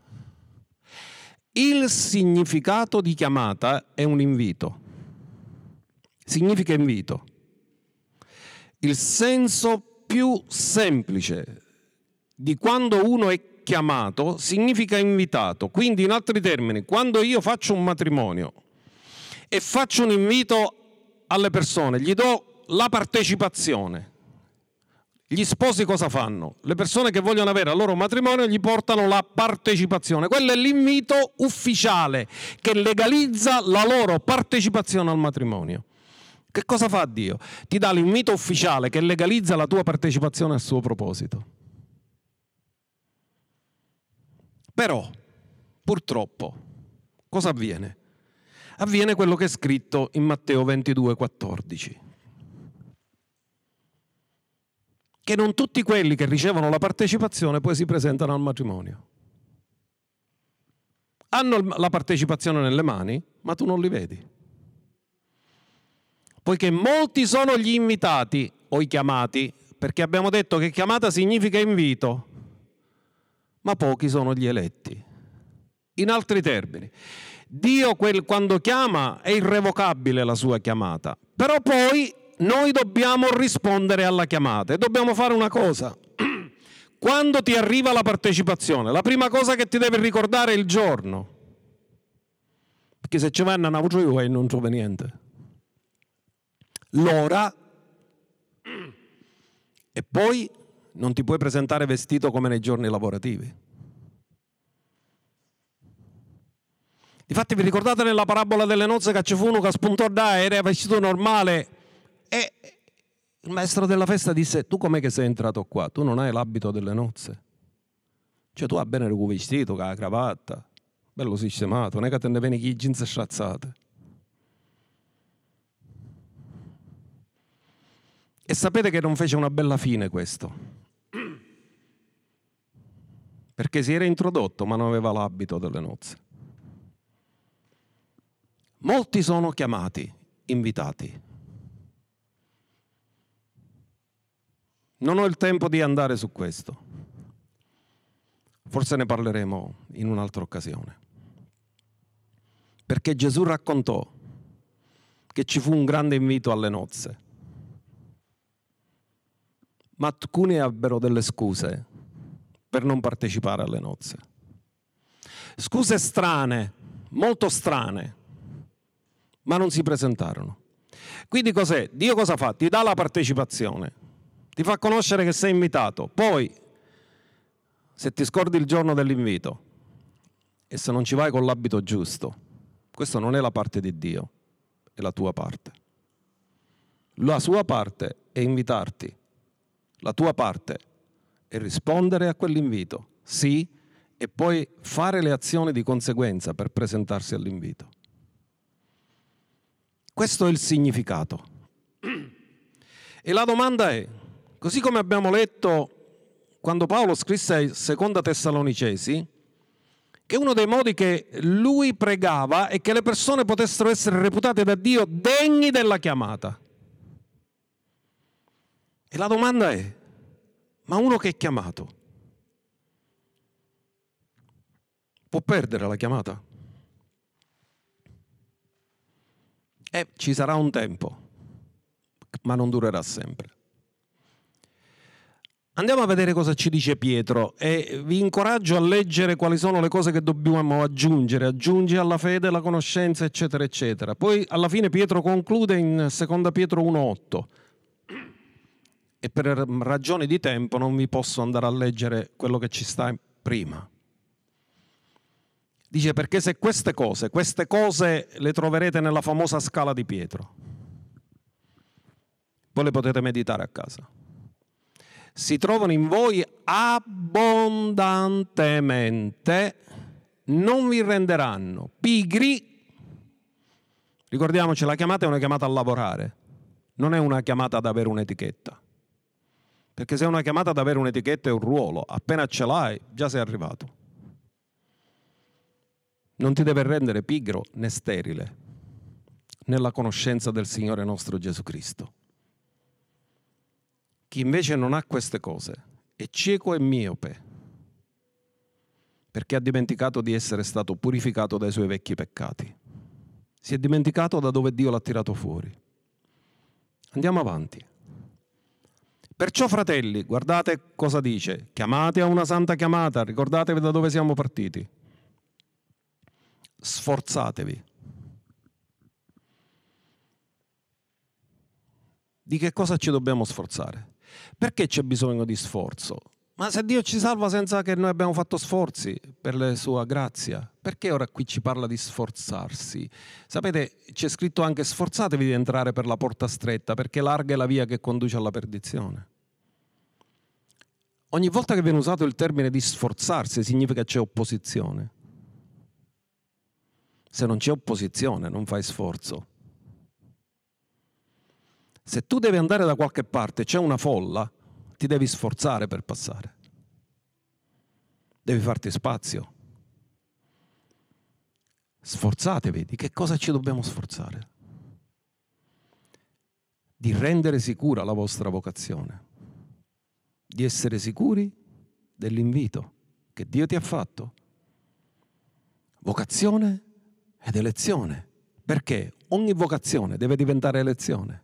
Speaker 1: il significato di chiamata è un invito. Significa invito. Il senso più semplice di quando uno è chiamato significa invitato. Quindi, in altri termini, quando io faccio un matrimonio e faccio un invito alle persone, gli do la partecipazione. Gli sposi cosa fanno? Le persone che vogliono avere al loro matrimonio gli portano la partecipazione. Quello è l'invito ufficiale che legalizza la loro partecipazione al matrimonio. Che cosa fa Dio? Ti dà l'invito ufficiale che legalizza la tua partecipazione al suo proposito. Però, purtroppo, cosa avviene? Avviene quello che è scritto in Matteo ventidue quattordici. Che non tutti quelli che ricevono la partecipazione poi si presentano al matrimonio. Hanno la partecipazione nelle mani, ma tu non li vedi. Poiché molti sono gli invitati o i chiamati, perché abbiamo detto che chiamata significa invito, ma pochi sono gli eletti. In altri termini, Dio quel, quando chiama è irrevocabile la sua chiamata, però poi noi dobbiamo rispondere alla chiamata e dobbiamo fare una cosa. Quando ti arriva la partecipazione, la prima cosa che ti deve ricordare è il giorno, perché se ci vanno a una e non trova niente. L'ora, e poi non ti puoi presentare vestito come nei giorni lavorativi. Difatti vi ricordate nella parabola delle nozze che ci fu uno che spuntò da era vestito normale e il maestro della festa disse: tu com'è che sei entrato qua? Tu non hai l'abito delle nozze, cioè tu hai bene il vestito, con la cravatta, bello sistemato, non è che te ne vieni chi jeans strazzate. E sapete che non fece una bella fine questo, perché si era introdotto ma non aveva l'abito delle nozze. Molti sono chiamati, invitati. Non ho il tempo di andare su questo. Forse ne parleremo in un'altra occasione. Perché Gesù raccontò che ci fu un grande invito alle nozze. Ma alcuni ebbero delle scuse per non partecipare alle nozze. Scuse strane, molto strane, ma non si presentarono. Quindi cos'è? Dio cosa fa? Ti dà la partecipazione, ti fa conoscere che sei invitato, poi se ti scordi il giorno dell'invito e se non ci vai con l'abito giusto, questa non è la parte di Dio, è la tua parte. La sua parte è invitarti, la tua parte è rispondere a quell'invito, sì, e poi fare le azioni di conseguenza per presentarsi all'invito. Questo è il significato. E la domanda è, così come abbiamo letto quando Paolo scrisse ai Seconda Tessalonicesi, che uno dei modi che lui pregava è che le persone potessero essere reputate da Dio degni della chiamata. E la domanda è, ma uno che è chiamato può perdere la chiamata? Eh, ci sarà un tempo, ma non durerà sempre. Andiamo a vedere cosa ci dice Pietro e vi incoraggio a leggere quali sono le cose che dobbiamo aggiungere. Aggiungi alla fede la conoscenza, eccetera, eccetera. Poi alla fine Pietro conclude in Seconda Pietro uno otto. E per ragioni di tempo non vi posso andare a leggere quello che ci sta prima. Dice, perché se queste cose, queste cose le troverete nella famosa scala di Pietro. Poi le potete meditare a casa. Si trovano in voi abbondantemente, non vi renderanno pigri. Ricordiamoci, la chiamata è una chiamata a lavorare, non è una chiamata ad avere un'etichetta. Perché se è una chiamata ad avere un'etichetta è un ruolo, appena ce l'hai già sei arrivato. Non ti deve rendere pigro né sterile nella conoscenza del Signore nostro Gesù Cristo. Chi invece non ha queste cose è cieco e miope, perché ha dimenticato di essere stato purificato dai suoi vecchi peccati. Si è dimenticato da dove Dio l'ha tirato fuori. Andiamo avanti. Perciò, fratelli, guardate cosa dice, chiamate a una santa chiamata, ricordatevi da dove siamo partiti. Sforzatevi. Di che cosa ci dobbiamo sforzare? Perché c'è bisogno di sforzo? Ma se Dio ci salva senza che noi abbiamo fatto sforzi per la sua grazia, perché ora qui ci parla di sforzarsi? Sapete, c'è scritto anche sforzatevi di entrare per la porta stretta, perché larga è la via che conduce alla perdizione. Ogni volta che viene usato il termine di sforzarsi significa che c'è opposizione. Se non c'è opposizione, non fai sforzo. Se tu devi andare da qualche parte, c'è una folla, ti devi sforzare per passare. Devi farti spazio. Sforzatevi. Di che cosa ci dobbiamo sforzare? Di rendere sicura la vostra vocazione. Di essere sicuri dell'invito che Dio ti ha fatto. Vocazione ed elezione. Perché ogni vocazione deve diventare elezione.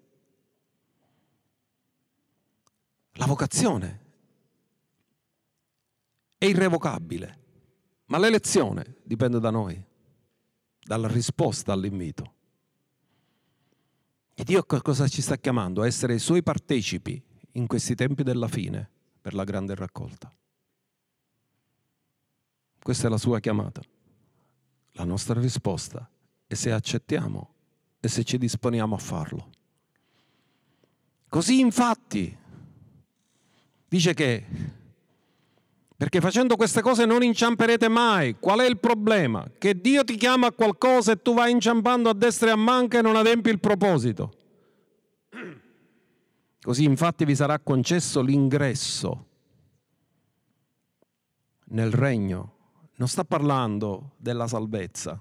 Speaker 1: La vocazione è irrevocabile, ma l'elezione dipende da noi, dalla risposta all'invito. E Dio cosa ci sta chiamando? A essere i suoi partecipi in questi tempi della fine per la grande raccolta. Questa è la sua chiamata. La nostra risposta è se accettiamo e se ci disponiamo a farlo. Così infatti dice che, perché facendo queste cose non inciamperete mai. Qual è il problema? Che Dio ti chiama a qualcosa e tu vai inciampando a destra e a manca e non adempi il proposito. Così infatti vi sarà concesso l'ingresso nel regno. Non sta parlando della salvezza,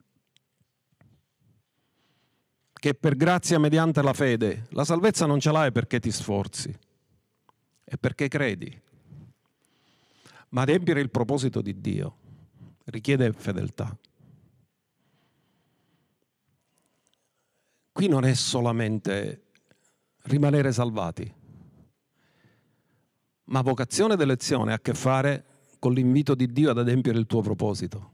Speaker 1: che è per grazia mediante la fede. La salvezza non ce l'hai perché ti sforzi. È perché credi. Ma adempiere il proposito di Dio richiede fedeltà. Qui non è solamente rimanere salvati, ma vocazione ed elezione ha a che fare con l'invito di Dio ad adempiere il tuo proposito.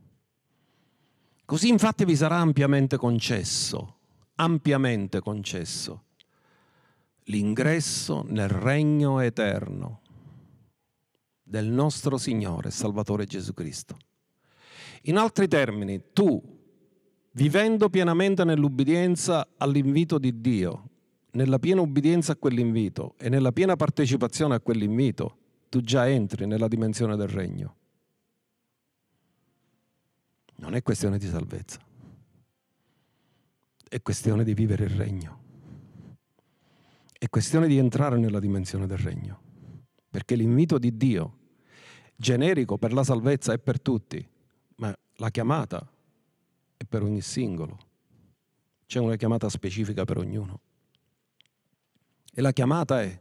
Speaker 1: Così infatti vi sarà ampiamente concesso, ampiamente concesso, l'ingresso nel regno eterno del nostro Signore e Salvatore Gesù Cristo. In altri termini, tu, vivendo pienamente nell'ubbidienza all'invito di Dio, nella piena ubbidienza a quell'invito e nella piena partecipazione a quell'invito, tu già entri nella dimensione del regno. Non è questione di salvezza, è questione di vivere il regno, è questione di entrare nella dimensione del regno, perché l'invito di Dio generico per la salvezza è per tutti, ma la chiamata è per ogni singolo. C'è una chiamata specifica per ognuno. E la chiamata è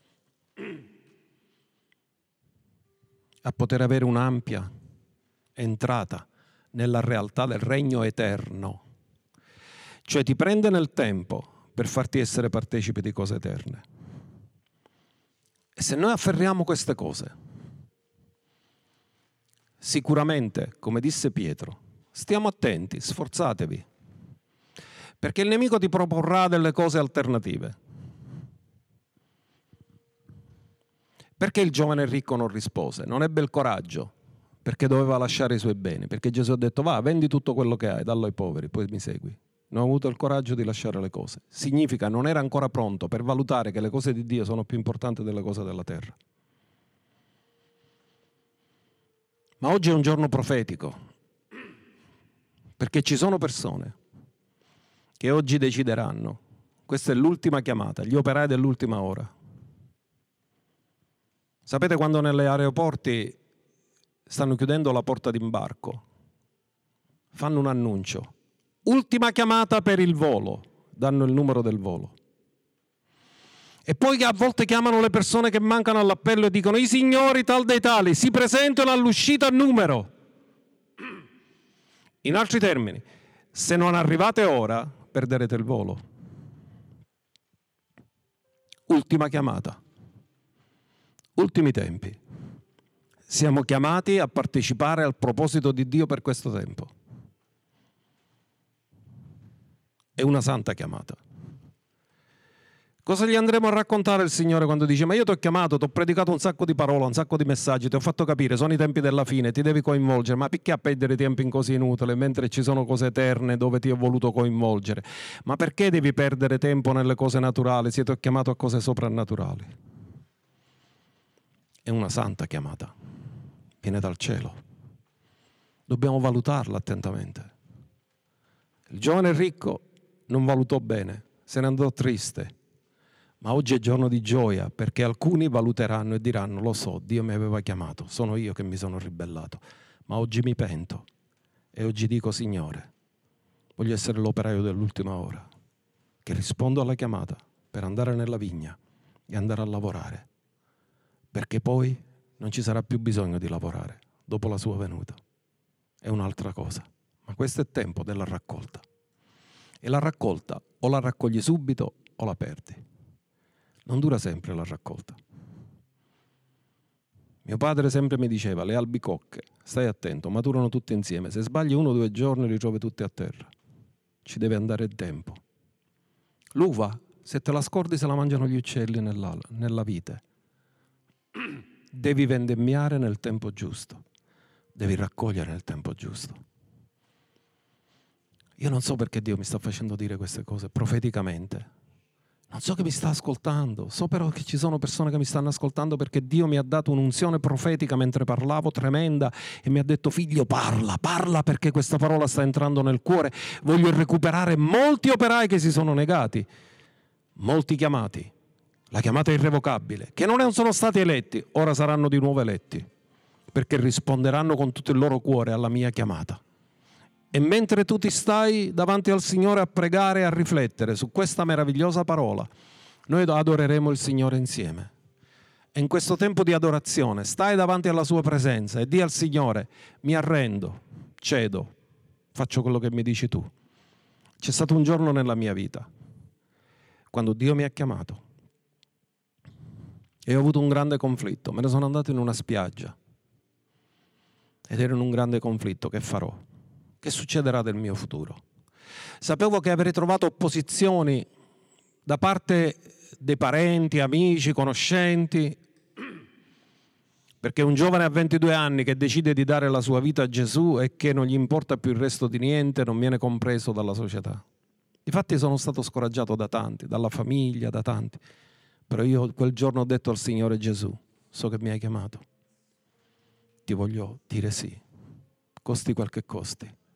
Speaker 1: a poter avere un'ampia entrata nella realtà del regno eterno. Cioè ti prende nel tempo per farti essere partecipe di cose eterne. E se noi afferriamo queste cose, sicuramente, come disse Pietro, stiamo attenti, sforzatevi, perché il nemico ti proporrà delle cose alternative. Perché il giovane ricco non rispose? Non ebbe il coraggio, perché doveva lasciare i suoi beni, perché Gesù ha detto va, vendi tutto quello che hai, dallo ai poveri, poi mi segui. Non ha avuto il coraggio di lasciare le cose. Significa non era ancora pronto per valutare che le cose di Dio sono più importanti delle cose della terra. Ma oggi è un giorno profetico, perché ci sono persone che oggi decideranno, questa è l'ultima chiamata, gli operai dell'ultima ora. Sapete quando negli aeroporti stanno chiudendo la porta d'imbarco, fanno un annuncio, ultima chiamata per il volo, danno il numero del volo. E poi a volte chiamano le persone che mancano all'appello e dicono i signori tal dei tali si presentano all'uscita a numero. In altri termini, se non arrivate ora, perderete il volo. Ultima chiamata. Ultimi tempi. Siamo chiamati a partecipare al proposito di Dio per questo tempo. È una santa chiamata. Cosa gli andremo a raccontare il Signore quando dice ma io ti ho chiamato, ti ho predicato un sacco di parole, un sacco di messaggi, ti ho fatto capire, sono i tempi della fine, ti devi coinvolgere, ma perché a perdere tempo in cose inutili mentre ci sono cose eterne dove ti ho voluto coinvolgere? Ma perché devi perdere tempo nelle cose naturali se ti ho chiamato a cose soprannaturali? È una santa chiamata, viene dal cielo. Dobbiamo valutarla attentamente. Il giovane ricco non valutò bene, se ne andò triste. Ma oggi è giorno di gioia perché alcuni valuteranno e diranno lo so, Dio mi aveva chiamato, sono io che mi sono ribellato, ma oggi mi pento e oggi dico Signore, voglio essere l'operaio dell'ultima ora, che rispondo alla chiamata per andare nella vigna e andare a lavorare, perché poi non ci sarà più bisogno di lavorare dopo la sua venuta. È un'altra cosa, ma questo è tempo della raccolta. E la raccolta o la raccogli subito o la perdi. Non dura sempre la raccolta. Mio padre sempre mi diceva, le albicocche, stai attento, maturano tutte insieme. Se sbagli uno o due giorni li trovi tutte a terra. Ci deve andare il tempo. L'uva, se te la scordi se la mangiano gli uccelli nella, nella vite. Devi vendemmiare nel tempo giusto. Devi raccogliere nel tempo giusto. Io non so perché Dio mi sta facendo dire queste cose profeticamente. Non so che mi sta ascoltando, so però che ci sono persone che mi stanno ascoltando perché Dio mi ha dato un'unzione profetica mentre parlavo, tremenda, e mi ha detto figlio parla, parla perché questa parola sta entrando nel cuore. Voglio recuperare molti operai che si sono negati, molti chiamati, la chiamata è irrevocabile, che non sono stati eletti, ora saranno di nuovo eletti, perché risponderanno con tutto il loro cuore alla mia chiamata. E mentre tu ti stai davanti al Signore a pregare e a riflettere su questa meravigliosa parola, noi adoreremo il Signore insieme. E in questo tempo di adorazione stai davanti alla sua presenza e di al Signore, mi arrendo, cedo, faccio quello che mi dici tu. C'è stato un giorno nella mia vita, quando Dio mi ha chiamato, e ho avuto un grande conflitto. Me ne sono andato in una spiaggia ed ero in un grande conflitto. Che farò? Che succederà del mio futuro? Sapevo che avrei trovato opposizioni da parte dei parenti, amici, conoscenti, perché un giovane a ventidue anni che decide di dare la sua vita a Gesù e che non gli importa più il resto di niente non viene compreso dalla società. Difatti sono stato scoraggiato da tanti, dalla famiglia, da tanti, però io quel giorno ho detto al Signore Gesù, so che mi hai chiamato, ti voglio dire sì, costi quel che costi.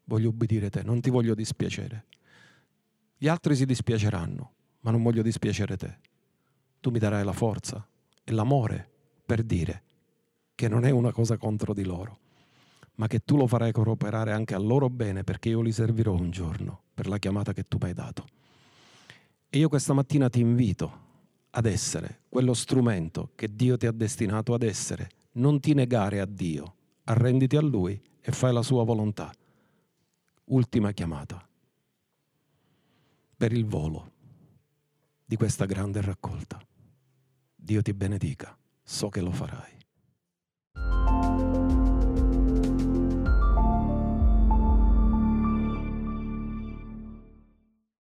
Speaker 1: voglio ubbidire te, non ti voglio dispiacere. Gli altri si dispiaceranno, ma non voglio dispiacere te. Tu mi darai la forza e l'amore per dire che non è una cosa contro di loro, ma che tu lo farai cooperare anche al loro bene, perché io li servirò un giorno per la chiamata che tu mi hai dato. E io questa mattina ti invito ad essere quello strumento che Dio ti ha destinato ad essere. Non ti negare a Dio, arrenditi a Lui e fai la sua volontà. Ultima chiamata per il volo di questa grande raccolta. Dio ti benedica, so che lo farai.